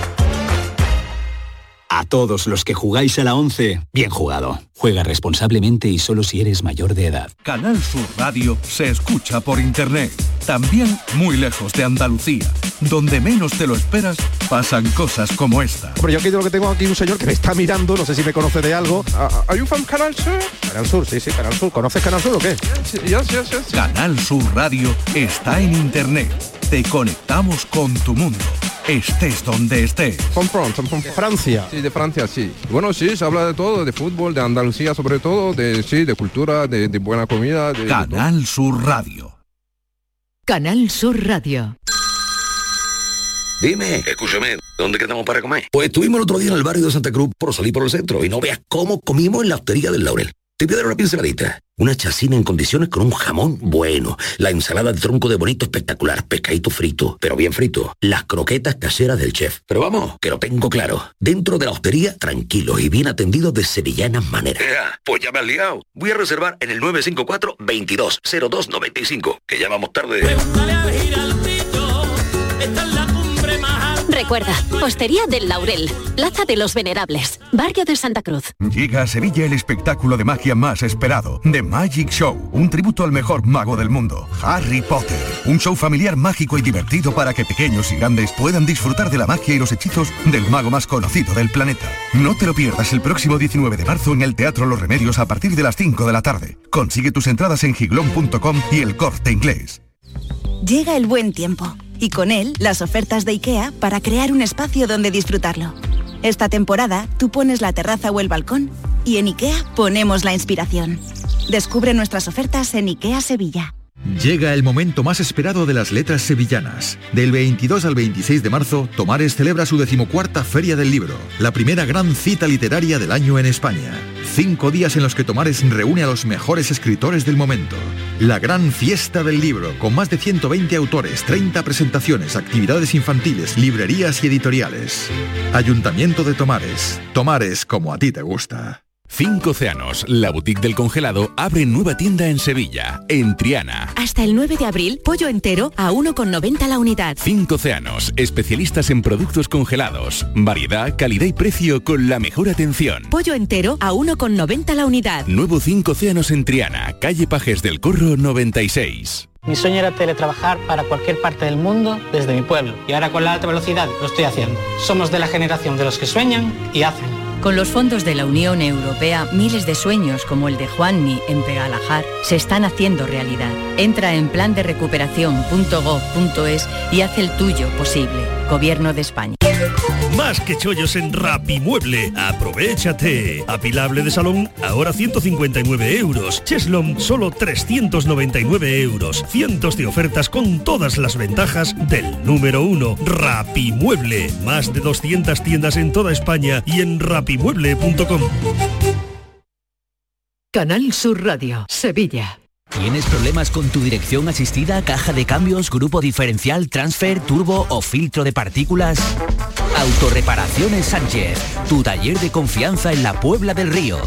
A todos los que jugáis a la 11, bien jugado. Juega responsablemente y solo si eres mayor de edad. Canal Sur Radio se escucha por internet, también muy lejos de Andalucía, donde menos te lo esperas, pasan cosas como esta. Hombre, yo aquí lo que tengo aquí un señor que me está mirando, no sé si me conoce de algo. ¿Are you from Canal Sur? Canal Sur, sí, Canal Sur. ¿Conoces Canal Sur o qué? Yes. Canal Sur Radio está en internet. Te conectamos con tu mundo. estés donde estés. From Francia. Sí, de Francia, sí. Bueno, sí, se habla de todo, de fútbol, de Andalucía sobre todo, de cultura, de buena comida. Canal Sur Radio. Canal Sur Radio. Dime, escúchame, ¿dónde quedamos para comer? Pues estuvimos el otro día en el barrio de Santa Cruz por salir por el centro y no veas cómo comimos en la hostería del Laurel. Te voy a dar una pinceladita. Una chacina en condiciones con un jamón bueno. La ensalada de tronco de bonito espectacular. Pescadito frito, pero bien frito. Las croquetas caseras del chef. Pero vamos, que lo tengo claro. Dentro de la hostería, tranquilos y bien atendidos de sevillanas maneras. Pues ya me has liado. Voy a reservar en el 954 220295, que ya vamos tarde. Pregúntale al Giraldillo, esta es la cumbre más alta. Recuerda, Hostería del Laurel, Plaza de los Venerables, Barrio de Santa Cruz. Llega a Sevilla el espectáculo de magia más esperado, The Magic Show, un tributo al mejor mago del mundo, Harry Potter. Un show familiar mágico y divertido para que pequeños y grandes puedan disfrutar de la magia y los hechizos del mago más conocido del planeta. No te lo pierdas el próximo 19 de marzo en el Teatro Los Remedios a partir de las 5 de la tarde. Consigue tus entradas en giglón.com y El Corte Inglés. Llega el buen tiempo y con él las ofertas de IKEA para crear un espacio donde disfrutarlo. Esta temporada tú pones la terraza o el balcón y en IKEA ponemos la inspiración. Descubre nuestras ofertas en IKEA Sevilla. Llega el momento más esperado de las letras sevillanas. Del 22 al 26 de marzo, Tomares celebra su 14ª Feria del Libro, la primera gran cita literaria del año en España. 5 días en los que Tomares reúne a los mejores escritores del momento. La gran fiesta del libro, con más de 120 autores, 30 presentaciones, actividades infantiles, librerías y editoriales. Ayuntamiento de Tomares. Tomares como a ti te gusta. 5 Océanos, la boutique del congelado, abre nueva tienda en Sevilla, en Triana. Hasta el 9 de abril, pollo entero a 1,90 la unidad. 5 Océanos, especialistas en productos congelados. Variedad, calidad y precio con la mejor atención. Pollo entero a 1,90 la unidad. Nuevo 5 Océanos en Triana, calle Pajes del Corro 96. Mi sueño era teletrabajar para cualquier parte del mundo desde mi pueblo. Y ahora con la alta velocidad lo estoy haciendo. Somos de la generación de los que sueñan y hacen. Con los fondos de la Unión Europea, miles de sueños como el de Juanmi en Pegalajar se están haciendo realidad. Entra en planderecuperación.gov.es y haz el tuyo posible. Gobierno de España. Más que chollos en Rapimueble. Aprovechate. Apilable de salón, ahora 159 euros. Cheslon, solo 399 euros. Cientos de ofertas con todas las ventajas del número 1. Rapimueble. Más de 200 tiendas en toda España y en rapimueble.com. Canal Sur Radio, Sevilla. ¿Tienes problemas con tu dirección asistida, caja de cambios, grupo diferencial, transfer, turbo o filtro de partículas? Autorreparaciones Sánchez, tu taller de confianza en la Puebla del Río.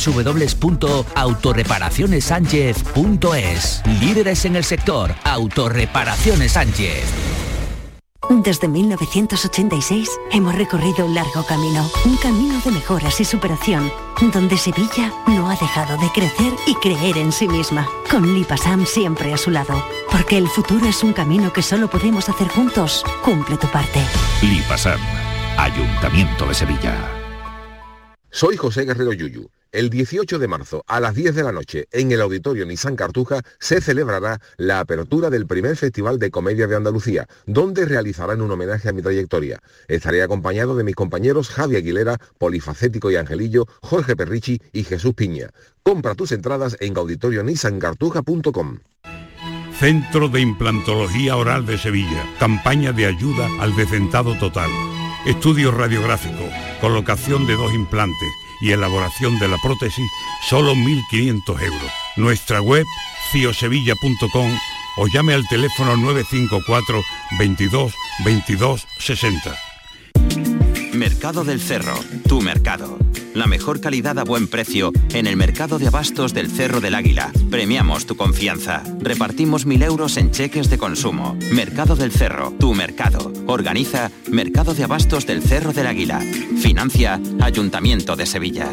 www.autorreparacionessánchez.es. Líderes en el sector, Autorreparaciones Sánchez. Desde 1986 hemos recorrido un largo camino, un camino de mejoras y superación, donde Sevilla no ha dejado de crecer y creer en sí misma, con Lipasam siempre a su lado, porque el futuro es un camino que solo podemos hacer juntos. Cumple tu parte. Lipasam, Ayuntamiento de Sevilla. Soy José Guerrero Yuyu. El 18 de marzo a las 10 de la noche en el Auditorio Nissan Cartuja se celebrará la apertura del primer Festival de Comedia de Andalucía, donde realizarán un homenaje a mi trayectoria. Estaré acompañado de mis compañeros Javi Aguilera, Polifacético y Angelillo, Jorge Perrichi y Jesús Piña. Compra tus entradas en auditorionissancartuja.com. Centro de Implantología Oral de Sevilla. Campaña de ayuda al decentado total. Estudio radiográfico, colocación de 2 implantes y elaboración de la prótesis, solo 1.500 euros. Nuestra web, ciosevilla.com o llame al teléfono 954 22 22 60. Mercado del Cerro, tu mercado. La mejor calidad a buen precio en el mercado de abastos del Cerro del Águila. Premiamos tu confianza. Repartimos 1.000 euros en cheques de consumo. Mercado del Cerro, tu mercado. Organiza Mercado de Abastos del Cerro del Águila. Financia Ayuntamiento de Sevilla.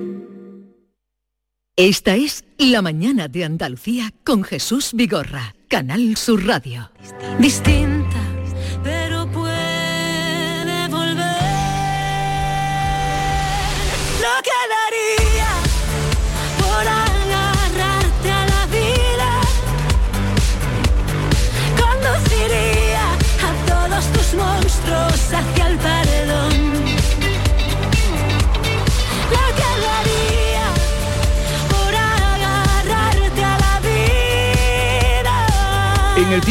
Esta es La Mañana de Andalucía con Jesús Vigorra. Canal Sur Radio. Distinta. Lo que daría por agarrarte a la vida, conduciría a todos tus monstruos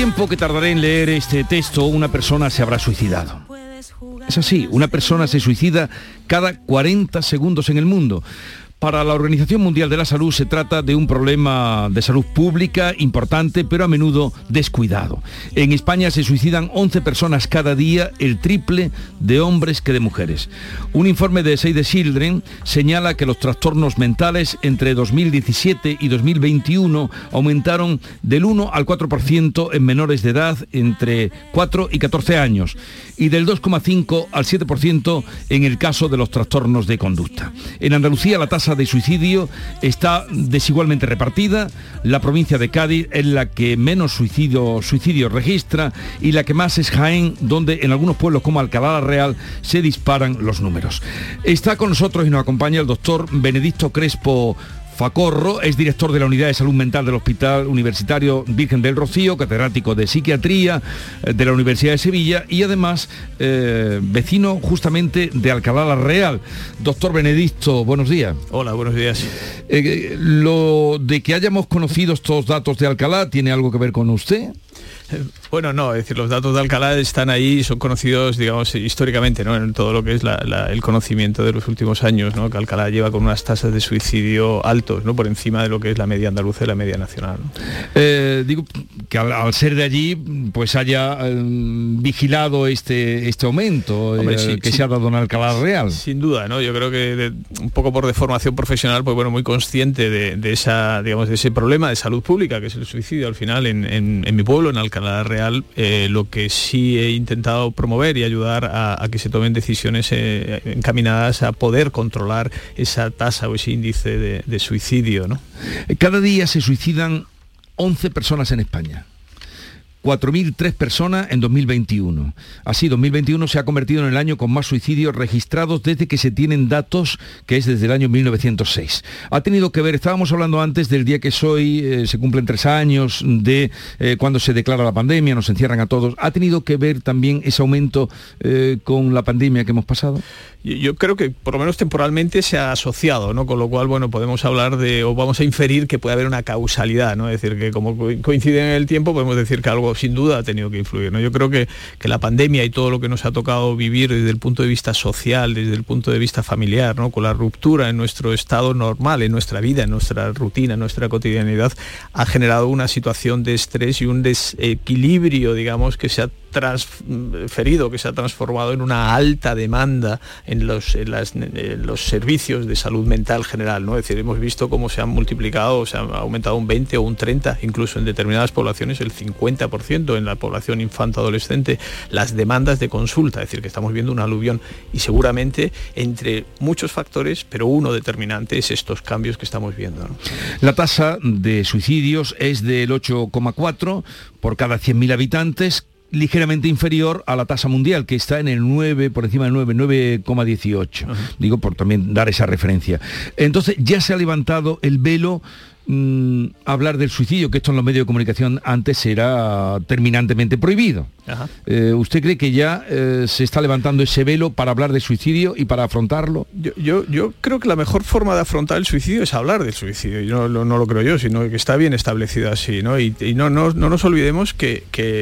tiempo que tardaré en leer este texto, una persona se habrá suicidado. Es así, una persona se suicida cada 40 segundos en el mundo. Para la Organización Mundial de la Salud se trata de un problema de salud pública importante, pero a menudo descuidado. En España se suicidan 11 personas cada día, el triple de hombres que de mujeres. Un informe de Save the Children señala que los trastornos mentales entre 2017 y 2021 aumentaron del 1 al 4% en menores de edad entre 4 y 14 años y del 2,5 al 7% en el caso de los trastornos de conducta. En Andalucía la tasa de suicidio está desigualmente repartida. La provincia de Cádiz es la que menos suicidios registra y la que más es Jaén, donde en algunos pueblos como Alcalá la Real se disparan los números. Está con nosotros y nos acompaña el doctor Benedicto Crespo Facorro, es director de la Unidad de Salud Mental del Hospital Universitario Virgen del Rocío, catedrático de Psiquiatría de la Universidad de Sevilla y además vecino justamente de Alcalá la Real. Doctor Benedicto, buenos días. Hola, buenos días. Lo de que hayamos conocido estos datos de Alcalá, ¿tiene algo que ver con usted? Bueno, no, es decir, los datos de Alcalá están ahí, son conocidos, digamos, históricamente, ¿no? En todo lo que es el conocimiento de los últimos años, ¿no? Que Alcalá lleva con unas tasas de suicidio altos, ¿no? Por encima de lo que es la media andaluza y la media nacional, ¿no? Digo que al ser de allí, pues haya vigilado este aumento. Hombre, que se ha dado en Alcalá Real. Sin duda, ¿no? Yo creo que un poco por deformación profesional, pues bueno, muy consciente de esa, digamos, de ese problema de salud pública que es el suicidio al final en mi pueblo, en Alcalá Real. Lo que sí he intentado promover y ayudar a que se tomen decisiones encaminadas a poder controlar esa tasa o ese índice de suicidio, ¿no? Cada día se suicidan 11 personas en España. 4.003 personas en 2021. Así, 2021 se ha convertido en el año con más suicidios registrados desde que se tienen datos, que es desde el año 1906. Ha tenido que ver, estábamos hablando antes del día que es hoy, se cumplen 3 años de cuando se declara la pandemia, nos encierran a todos. ¿Ha tenido que ver también ese aumento con la pandemia que hemos pasado? Yo creo que por lo menos temporalmente se ha asociado, ¿no? Con lo cual, bueno, podemos hablar o vamos a inferir que puede haber una causalidad, ¿no? Es decir, que como coincide en el tiempo, podemos decir que algo sin duda ha tenido que influir, ¿no? Yo creo que la pandemia y todo lo que nos ha tocado vivir desde el punto de vista social, desde el punto de vista familiar, ¿no? Con la ruptura en nuestro estado normal, en nuestra vida, en nuestra rutina, en nuestra cotidianidad, ha generado una situación de estrés y un desequilibrio, digamos, que se ha transferido, que se ha transformado en una alta demanda en los servicios de salud mental general, ¿no? Es decir, hemos visto cómo se han multiplicado, se ha aumentado un 20 o un 30, incluso en determinadas poblaciones el 50% en la población infanto-adolescente, las demandas de consulta, es decir, que estamos viendo un aluvión y seguramente entre muchos factores, pero uno determinante es estos cambios que estamos viendo, ¿no? La tasa de suicidios es del 8,4 por cada 100.000 habitantes, ligeramente inferior a la tasa mundial, que está en el 9, por encima del 9,18. Digo, por también dar esa referencia. Entonces, ya se ha levantado el velo. Hablar del suicidio, que esto en los medios de comunicación antes era terminantemente prohibido. ¿Usted cree que ya se está levantando ese velo para hablar de suicidio y para afrontarlo? Yo creo que la mejor forma de afrontar el suicidio es hablar del suicidio, y no lo creo yo, sino que está bien establecido así, ¿no? Y no nos olvidemos que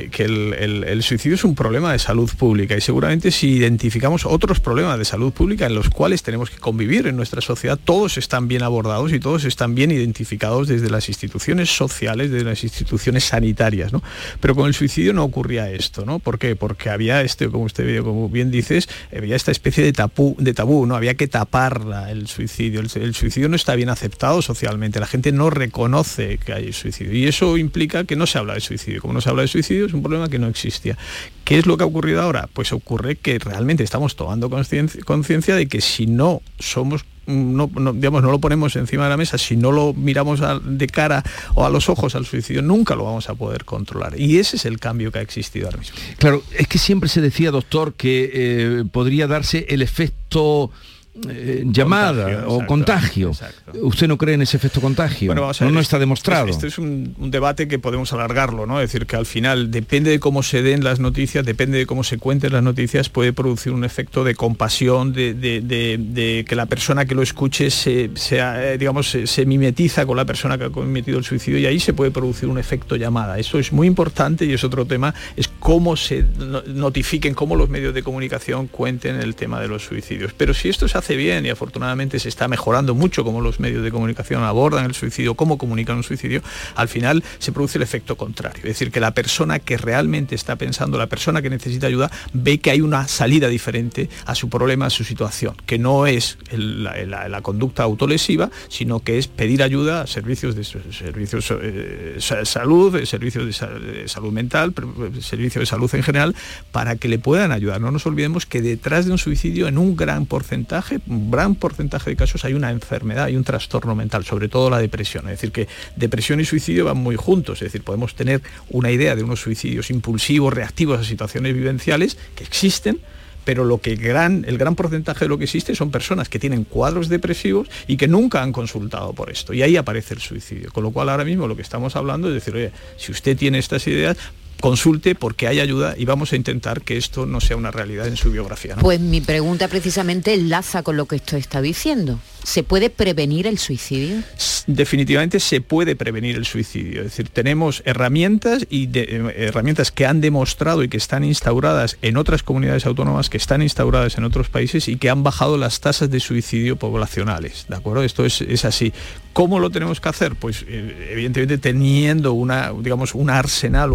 el suicidio es un problema de salud pública, y seguramente si identificamos otros problemas de salud pública en los cuales tenemos que convivir en nuestra sociedad, todos están bien abordados y todos están bien identificados desde las instituciones sociales, desde las instituciones sanitarias, ¿no? Pero con el suicidio no ocurría esto, ¿no? ¿Por qué? Porque había como bien dices, había esta especie de tabú, ¿no? Había que taparla, el suicidio. El suicidio no está bien aceptado socialmente, la gente no reconoce que hay suicidio y eso implica que no se habla de suicidio. Como no se habla de suicidio, es un problema que no existía. ¿Qué es lo que ha ocurrido ahora? Pues ocurre que realmente estamos tomando conciencia de que si no somos no lo ponemos encima de la mesa, si no lo miramos de cara o a los ojos al suicidio, nunca lo vamos a poder controlar. Y ese es el cambio que ha existido ahora mismo. Claro, es que siempre se decía, doctor, que podría darse el efecto llamada o contagio. ¿Usted no cree en ese efecto contagio? Bueno, vamos a ver, no está demostrado. Este es un debate que podemos alargarlo, ¿no? Es decir, que al final depende de cómo se den las noticias, depende de cómo se cuenten las noticias, puede producir un efecto de compasión, de que la persona que lo escuche se mimetiza con la persona que ha cometido el suicidio, y ahí se puede producir un efecto llamada. Eso es muy importante, y es otro tema, es cómo se notifiquen, cómo los medios de comunicación cuenten el tema de los suicidios. Pero si esto se hace bien, y afortunadamente se está mejorando mucho cómo los medios de comunicación abordan el suicidio, cómo comunican un suicidio, al final se produce el efecto contrario. Es decir, que la persona que realmente está pensando, la persona que necesita ayuda, ve que hay una salida diferente a su problema, a su situación, que no es la conducta autolesiva, sino que es pedir ayuda a servicios de salud, servicios de salud mental, servicios de salud en general, para que le puedan ayudar. No nos olvidemos que detrás de un suicidio, en un gran porcentaje de casos, hay una enfermedad, hay un trastorno mental, sobre todo la depresión. Es decir, que depresión y suicidio van muy juntos. Es decir, podemos tener una idea de unos suicidios impulsivos, reactivos a situaciones vivenciales que existen, pero el gran porcentaje de lo que existe son personas que tienen cuadros depresivos y que nunca han consultado por esto, y ahí aparece el suicidio. Con lo cual, ahora mismo lo que estamos hablando es decir, oye, si usted tiene estas ideas, consulte, porque hay ayuda, y vamos a intentar que esto no sea una realidad en su biografía, ¿no? Pues mi pregunta precisamente enlaza con lo que usted está diciendo. ¿Se puede prevenir el suicidio? Definitivamente se puede prevenir el suicidio. Es decir, tenemos herramientas herramientas que han demostrado y que están instauradas en otras comunidades autónomas, que están instauradas en otros países y que han bajado las tasas de suicidio poblacionales, ¿de acuerdo? Esto es así. ¿Cómo lo tenemos que hacer? Pues evidentemente teniendo un arsenal,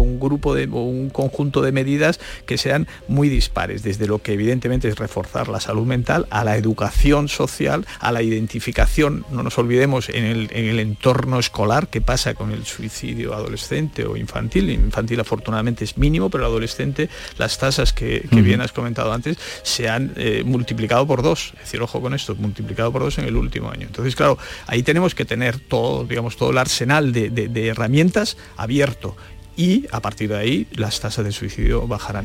un conjunto de medidas que sean muy dispares, desde lo que evidentemente es reforzar la salud mental, a la educación social, a la identificación. No nos olvidemos en el entorno escolar qué pasa con el suicidio adolescente o infantil. Infantil afortunadamente es mínimo, pero el adolescente, las tasas que bien has comentado antes, se han multiplicado por 2. Es decir, ojo con esto, multiplicado por 2 en el último año. Entonces, claro, ahí tenemos que tener todo el arsenal de herramientas abierto, y a partir de ahí las tasas de suicidio bajarán.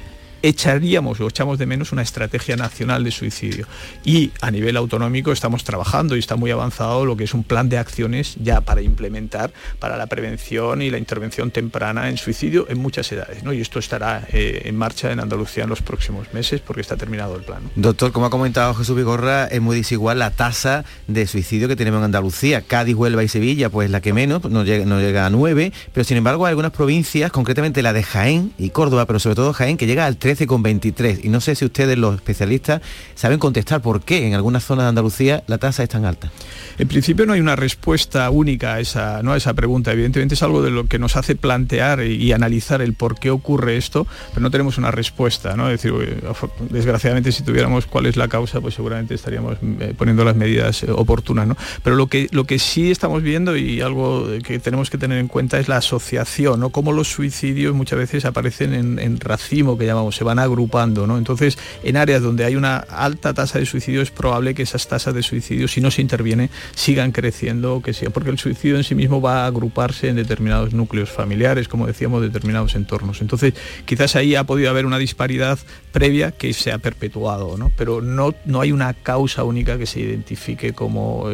Echamos de menos una estrategia nacional de suicidio, y a nivel autonómico estamos trabajando, y está muy avanzado lo que es un plan de acciones ya para implementar para la prevención y la intervención temprana en suicidio en muchas edades, ¿no? Y esto estará en marcha en Andalucía en los próximos meses, porque está terminado el plan, ¿no? Doctor, como ha comentado Jesús Vigorra, es muy desigual la tasa de suicidio que tenemos en Andalucía. Cádiz, Huelva y Sevilla, pues la que menos, no llega a 9, pero sin embargo hay algunas provincias, concretamente la de Jaén y Córdoba, pero sobre todo Jaén, que llega al 13,23, y no sé si ustedes, los especialistas, saben contestar por qué en algunas zonas de Andalucía la tasa es tan alta. En principio no hay una respuesta única a esa pregunta. Evidentemente es algo de lo que nos hace plantear y analizar el por qué ocurre esto, pero no tenemos una respuesta, ¿no? Es decir, desgraciadamente, si tuviéramos cuál es la causa, pues seguramente estaríamos poniendo las medidas oportunas, ¿no? Pero lo que sí estamos viendo, y algo que tenemos que tener en cuenta, es la asociación, ¿no? Cómo los suicidios muchas veces aparecen en racimo, que llamamos, se van agrupando, ¿no? Entonces, en áreas donde hay una alta tasa de suicidio, es probable que esas tasas de suicidio, si no se interviene, sigan creciendo, porque el suicidio en sí mismo va a agruparse en determinados núcleos familiares, como decíamos, determinados entornos. Entonces, quizás ahí ha podido haber una disparidad previa que se ha perpetuado, ¿no? Pero no hay una causa única que se identifique como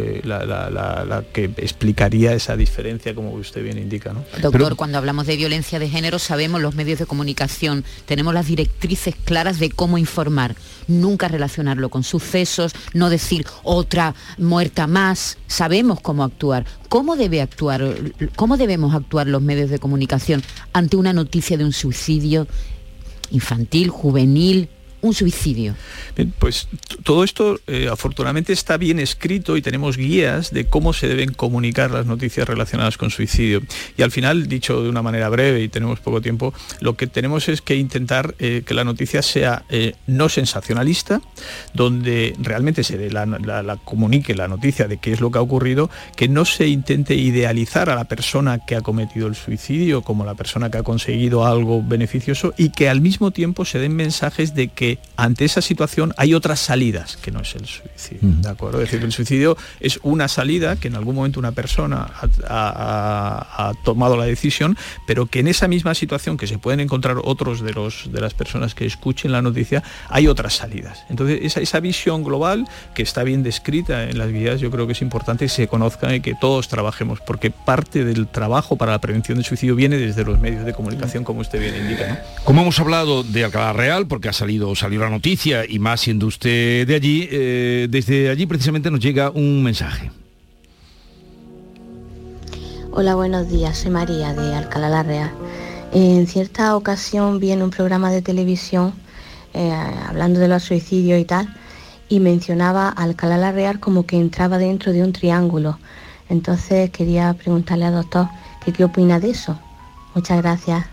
la que explicaría esa diferencia, como usted bien indica, ¿no? Doctor, cuando hablamos de violencia de género, sabemos los medios de comunicación, tenemos las directrices claras de cómo informar, nunca relacionarlo con sucesos, no decir otra muerta más. Sabemos cómo actuar. ¿Cómo debemos actuar los medios de comunicación ante una noticia de un suicidio infantil, juvenil, un suicidio? Bien, pues todo esto afortunadamente está bien escrito, y tenemos guías de cómo se deben comunicar las noticias relacionadas con suicidio. Y al final, dicho de una manera breve, y tenemos poco tiempo, lo que tenemos es que intentar que la noticia sea no sensacionalista, donde realmente se comunique la noticia de qué es lo que ha ocurrido, que no se intente idealizar a la persona que ha cometido el suicidio como la persona que ha conseguido algo beneficioso, y que al mismo tiempo se den mensajes de que que ante esa situación hay otras salidas que no es el suicidio, ¿de acuerdo? Es decir, el suicidio es una salida que en algún momento una persona ha tomado la decisión, pero que en esa misma situación, que se pueden encontrar otros de las personas que escuchen la noticia, hay otras salidas. Entonces, esa visión global, que está bien descrita en las guías, yo creo que es importante que se conozca y que todos trabajemos, porque parte del trabajo para la prevención del suicidio viene desde los medios de comunicación, como usted bien indica, ¿no? Como hemos hablado de Alcalá Real, porque salió la noticia, y más siendo usted de allí, desde allí precisamente nos llega un mensaje. Hola, buenos días, soy María de Alcalá la Real. En cierta ocasión vi en un programa de televisión hablando de los suicidios y tal, y mencionaba a Alcalá la Real como que entraba dentro de un triángulo. Entonces quería preguntarle al doctor que qué opina de eso. Muchas gracias.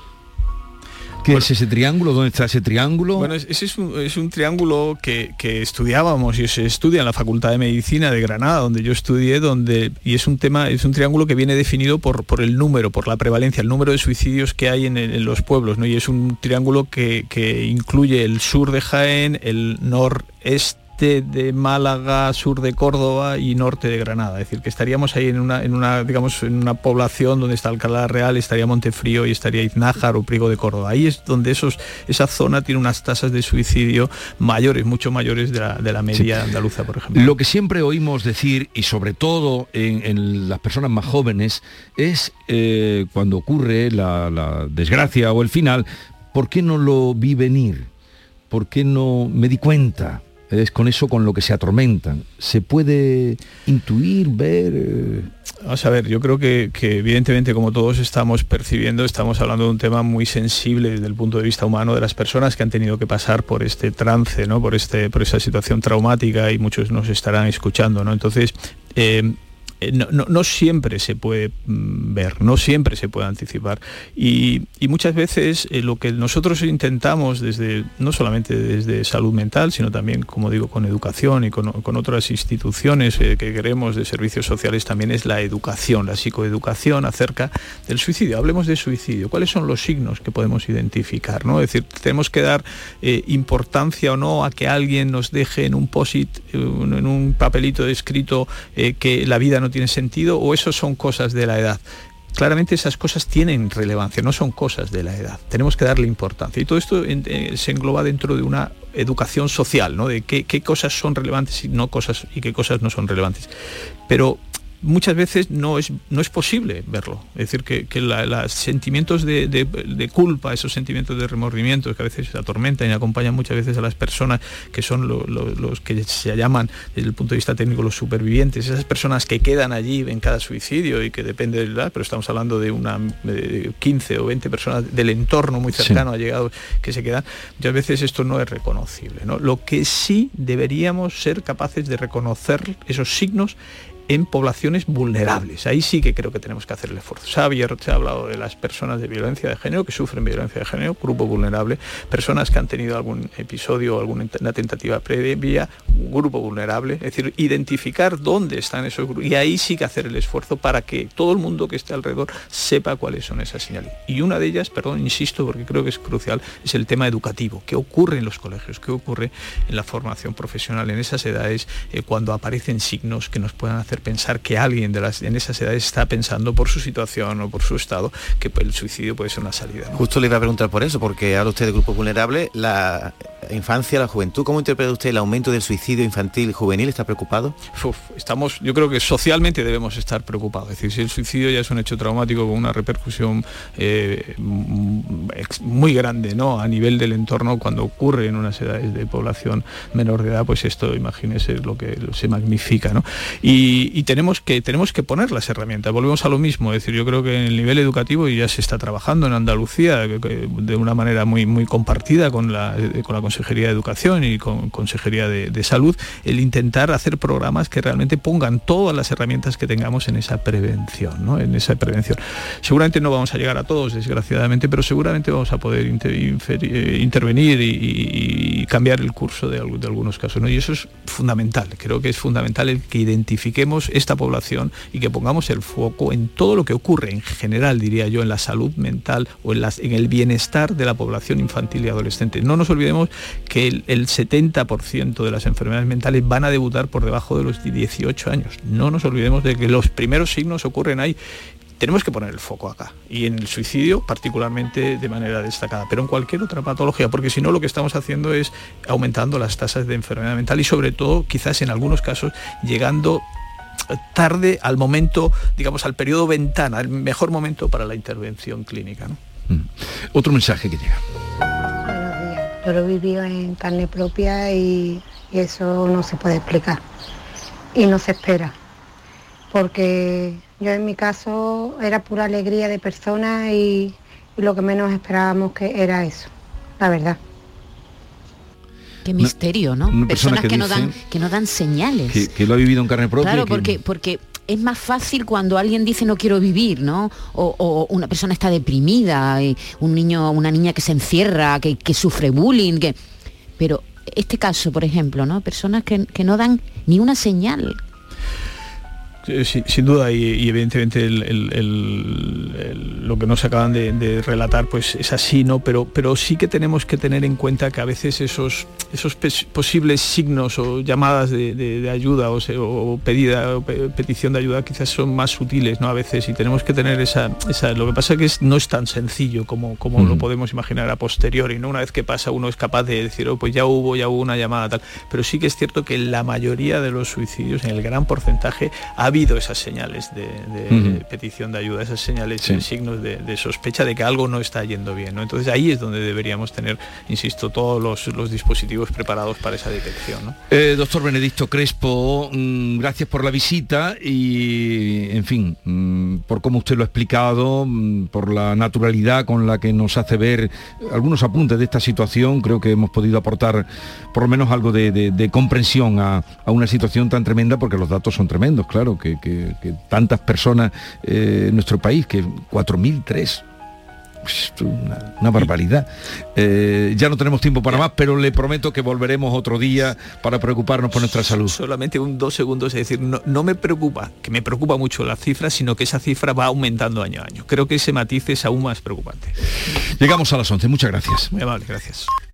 ¿Qué es ese triángulo? ¿Dónde está ese triángulo? Bueno, ese es un triángulo que estudiábamos y se estudia en la Facultad de Medicina de Granada, donde yo estudié, y es un triángulo que viene definido por el número, por la prevalencia, el número de suicidios que hay en los pueblos, ¿no? Y es un triángulo que incluye el sur de Jaén, el noreste de Málaga, sur de Córdoba y norte de Granada. Es decir, que estaríamos ahí en una población donde está Alcalá Real, estaría Montefrío y estaría Iznájar o Priego de Córdoba. Ahí es donde esa zona tiene unas tasas de suicidio mayores, mucho mayores de la media andaluza, por ejemplo. Lo que siempre oímos decir, y sobre todo en las personas más jóvenes, es cuando ocurre la desgracia o el final, ¿por qué no lo vi venir? ¿Por qué no me di cuenta? Es con eso con lo que se atormentan. ¿Se puede intuir, ver? Vamos a ver, yo creo que evidentemente, como todos estamos percibiendo, estamos hablando de un tema muy sensible desde el punto de vista humano, de las personas que han tenido que pasar por este trance, ¿no? por esa situación traumática, y muchos nos estarán escuchando, ¿no? Entonces, no siempre se puede ver, no siempre se puede anticipar, y muchas veces lo que nosotros intentamos no solamente desde salud mental, sino también, como digo, con educación y con otras instituciones que queremos de servicios sociales, también es la educación, la psicoeducación acerca del suicidio. Hablemos de suicidio, ¿cuáles son los signos que podemos identificar, ¿no? Es decir, tenemos que dar importancia o no a que alguien nos deje en un post-it, en un papelito escrito que la vida no tiene sentido, o eso son cosas de la edad. Claramente esas cosas tienen relevancia, no son cosas de la edad. Tenemos que darle importancia. Y todo esto se engloba dentro de una educación social, ¿no? De qué cosas son relevantes y qué cosas no son relevantes. Pero muchas veces no es posible verlo. Es decir, que los sentimientos de culpa, esos sentimientos de remordimiento que a veces se atormentan y acompañan muchas veces a las personas, que son los que se llaman desde el punto de vista técnico los supervivientes, esas personas que quedan allí en cada suicidio y que depende de la edad, pero estamos hablando de 15 o 20 personas del entorno muy cercano allegados que se quedan. Muchas veces esto no es reconocible, ¿no? Lo que sí deberíamos ser capaces de reconocer esos signos en poblaciones vulnerables. Ahí sí que creo que tenemos que hacer el esfuerzo. Se ha hablado de las personas de violencia de género, que sufren violencia de género, grupo vulnerable, personas que han tenido algún episodio o alguna tentativa previa, grupo vulnerable, es decir, identificar dónde están esos grupos, y ahí sí que hacer el esfuerzo para que todo el mundo que esté alrededor sepa cuáles son esas señales. Y una de ellas, insisto, porque creo que es crucial, es el tema educativo. ¿Qué ocurre en los colegios? ¿Qué ocurre en la formación profesional en esas edades cuando aparecen signos que nos puedan hacer pensar que alguien en esas edades está pensando, por su situación o por su estado, que el suicidio puede ser una salida, ¿no? Justo le iba a preguntar por eso, porque habla usted de grupos vulnerables, la infancia, la juventud. ¿Cómo interpreta usted el aumento del suicidio infantil y juvenil? ¿Está preocupado? Yo creo que socialmente debemos estar preocupados. Es decir, si el suicidio ya es un hecho traumático con una repercusión muy grande, ¿no?, a nivel del entorno, cuando ocurre en unas edades de población menor de edad, pues esto, imagínese lo que se magnifica, ¿no? Y tenemos que poner las herramientas. Volvemos a lo mismo. Es decir, yo creo que en el nivel educativo ya se está trabajando en Andalucía de una manera muy, muy compartida con la Consejería de Educación y con Consejería de Salud, el intentar hacer programas que realmente pongan todas las herramientas que tengamos en esa prevención, ¿no? En esa prevención. Seguramente no vamos a llegar a todos, desgraciadamente, pero seguramente vamos a poder intervenir y y cambiar el curso de algunos casos, ¿no? Y eso es fundamental, creo que es fundamental el que identifiquemos esta población y que pongamos el foco en todo lo que ocurre en general, diría yo, en la salud mental o en el bienestar de la población infantil y adolescente. No nos olvidemos que el 70% de las enfermedades mentales van a debutar por debajo de los 18 años. No nos olvidemos de que los primeros signos ocurren ahí. Tenemos que poner el foco acá, y en el suicidio particularmente de manera destacada, pero en cualquier otra patología, porque si no lo que estamos haciendo es aumentando las tasas de enfermedad mental y sobre todo quizás en algunos casos llegando tarde al momento, digamos al periodo ventana, el mejor momento para la intervención clínica, ¿no? Otro mensaje que llega. Buenos días, yo lo he vivido en carne propia y eso no se puede explicar y no se espera, porque yo en mi caso era pura alegría de personas y lo que menos esperábamos que era eso, la verdad. Qué misterio, ¿no? Personas que no dan señales. Que lo ha vivido en carne propia. Claro, porque es más fácil cuando alguien dice no quiero vivir, ¿no? O una persona está deprimida, un niño, una niña que se encierra, que sufre bullying, pero este caso, por ejemplo, ¿no? Personas que no dan ni una señal. Sí, sin duda, y evidentemente lo que nos acaban de relatar pues es así, ¿no? Pero sí que tenemos que tener en cuenta que a veces esos posibles signos o llamadas de ayuda o petición de ayuda quizás son más sutiles, ¿no? A veces, y tenemos que tener esa lo que pasa es que no es tan sencillo como lo podemos imaginar a posteriori, ¿no? Una vez que pasa uno es capaz de decir, pues ya hubo una llamada tal, pero sí que es cierto que en la mayoría de los suicidios, en el gran porcentaje, ha habido esas señales de petición de ayuda, esas señales, signos de sospecha de que algo no está yendo bien, ¿no? Entonces ahí es donde deberíamos tener, insisto, todos los dispositivos preparados para esa detección, ¿no? Doctor Benedicto Crespo, gracias por la visita y, en fin, por cómo usted lo ha explicado, por la naturalidad con la que nos hace ver algunos apuntes de esta situación. Creo que hemos podido aportar por lo menos algo de comprensión a una situación tan tremenda, porque los datos son tremendos, claro, que tantas personas en nuestro país, que 4.003, una barbaridad. Ya no tenemos tiempo para más, pero le prometo que volveremos otro día para preocuparnos por nuestra salud. Solamente 2 segundos, es decir, no me preocupa, que me preocupa mucho la cifra, sino que esa cifra va aumentando año a año. Creo que ese matiz es aún más preocupante. Llegamos a las 11, muchas gracias. Muy amable, gracias.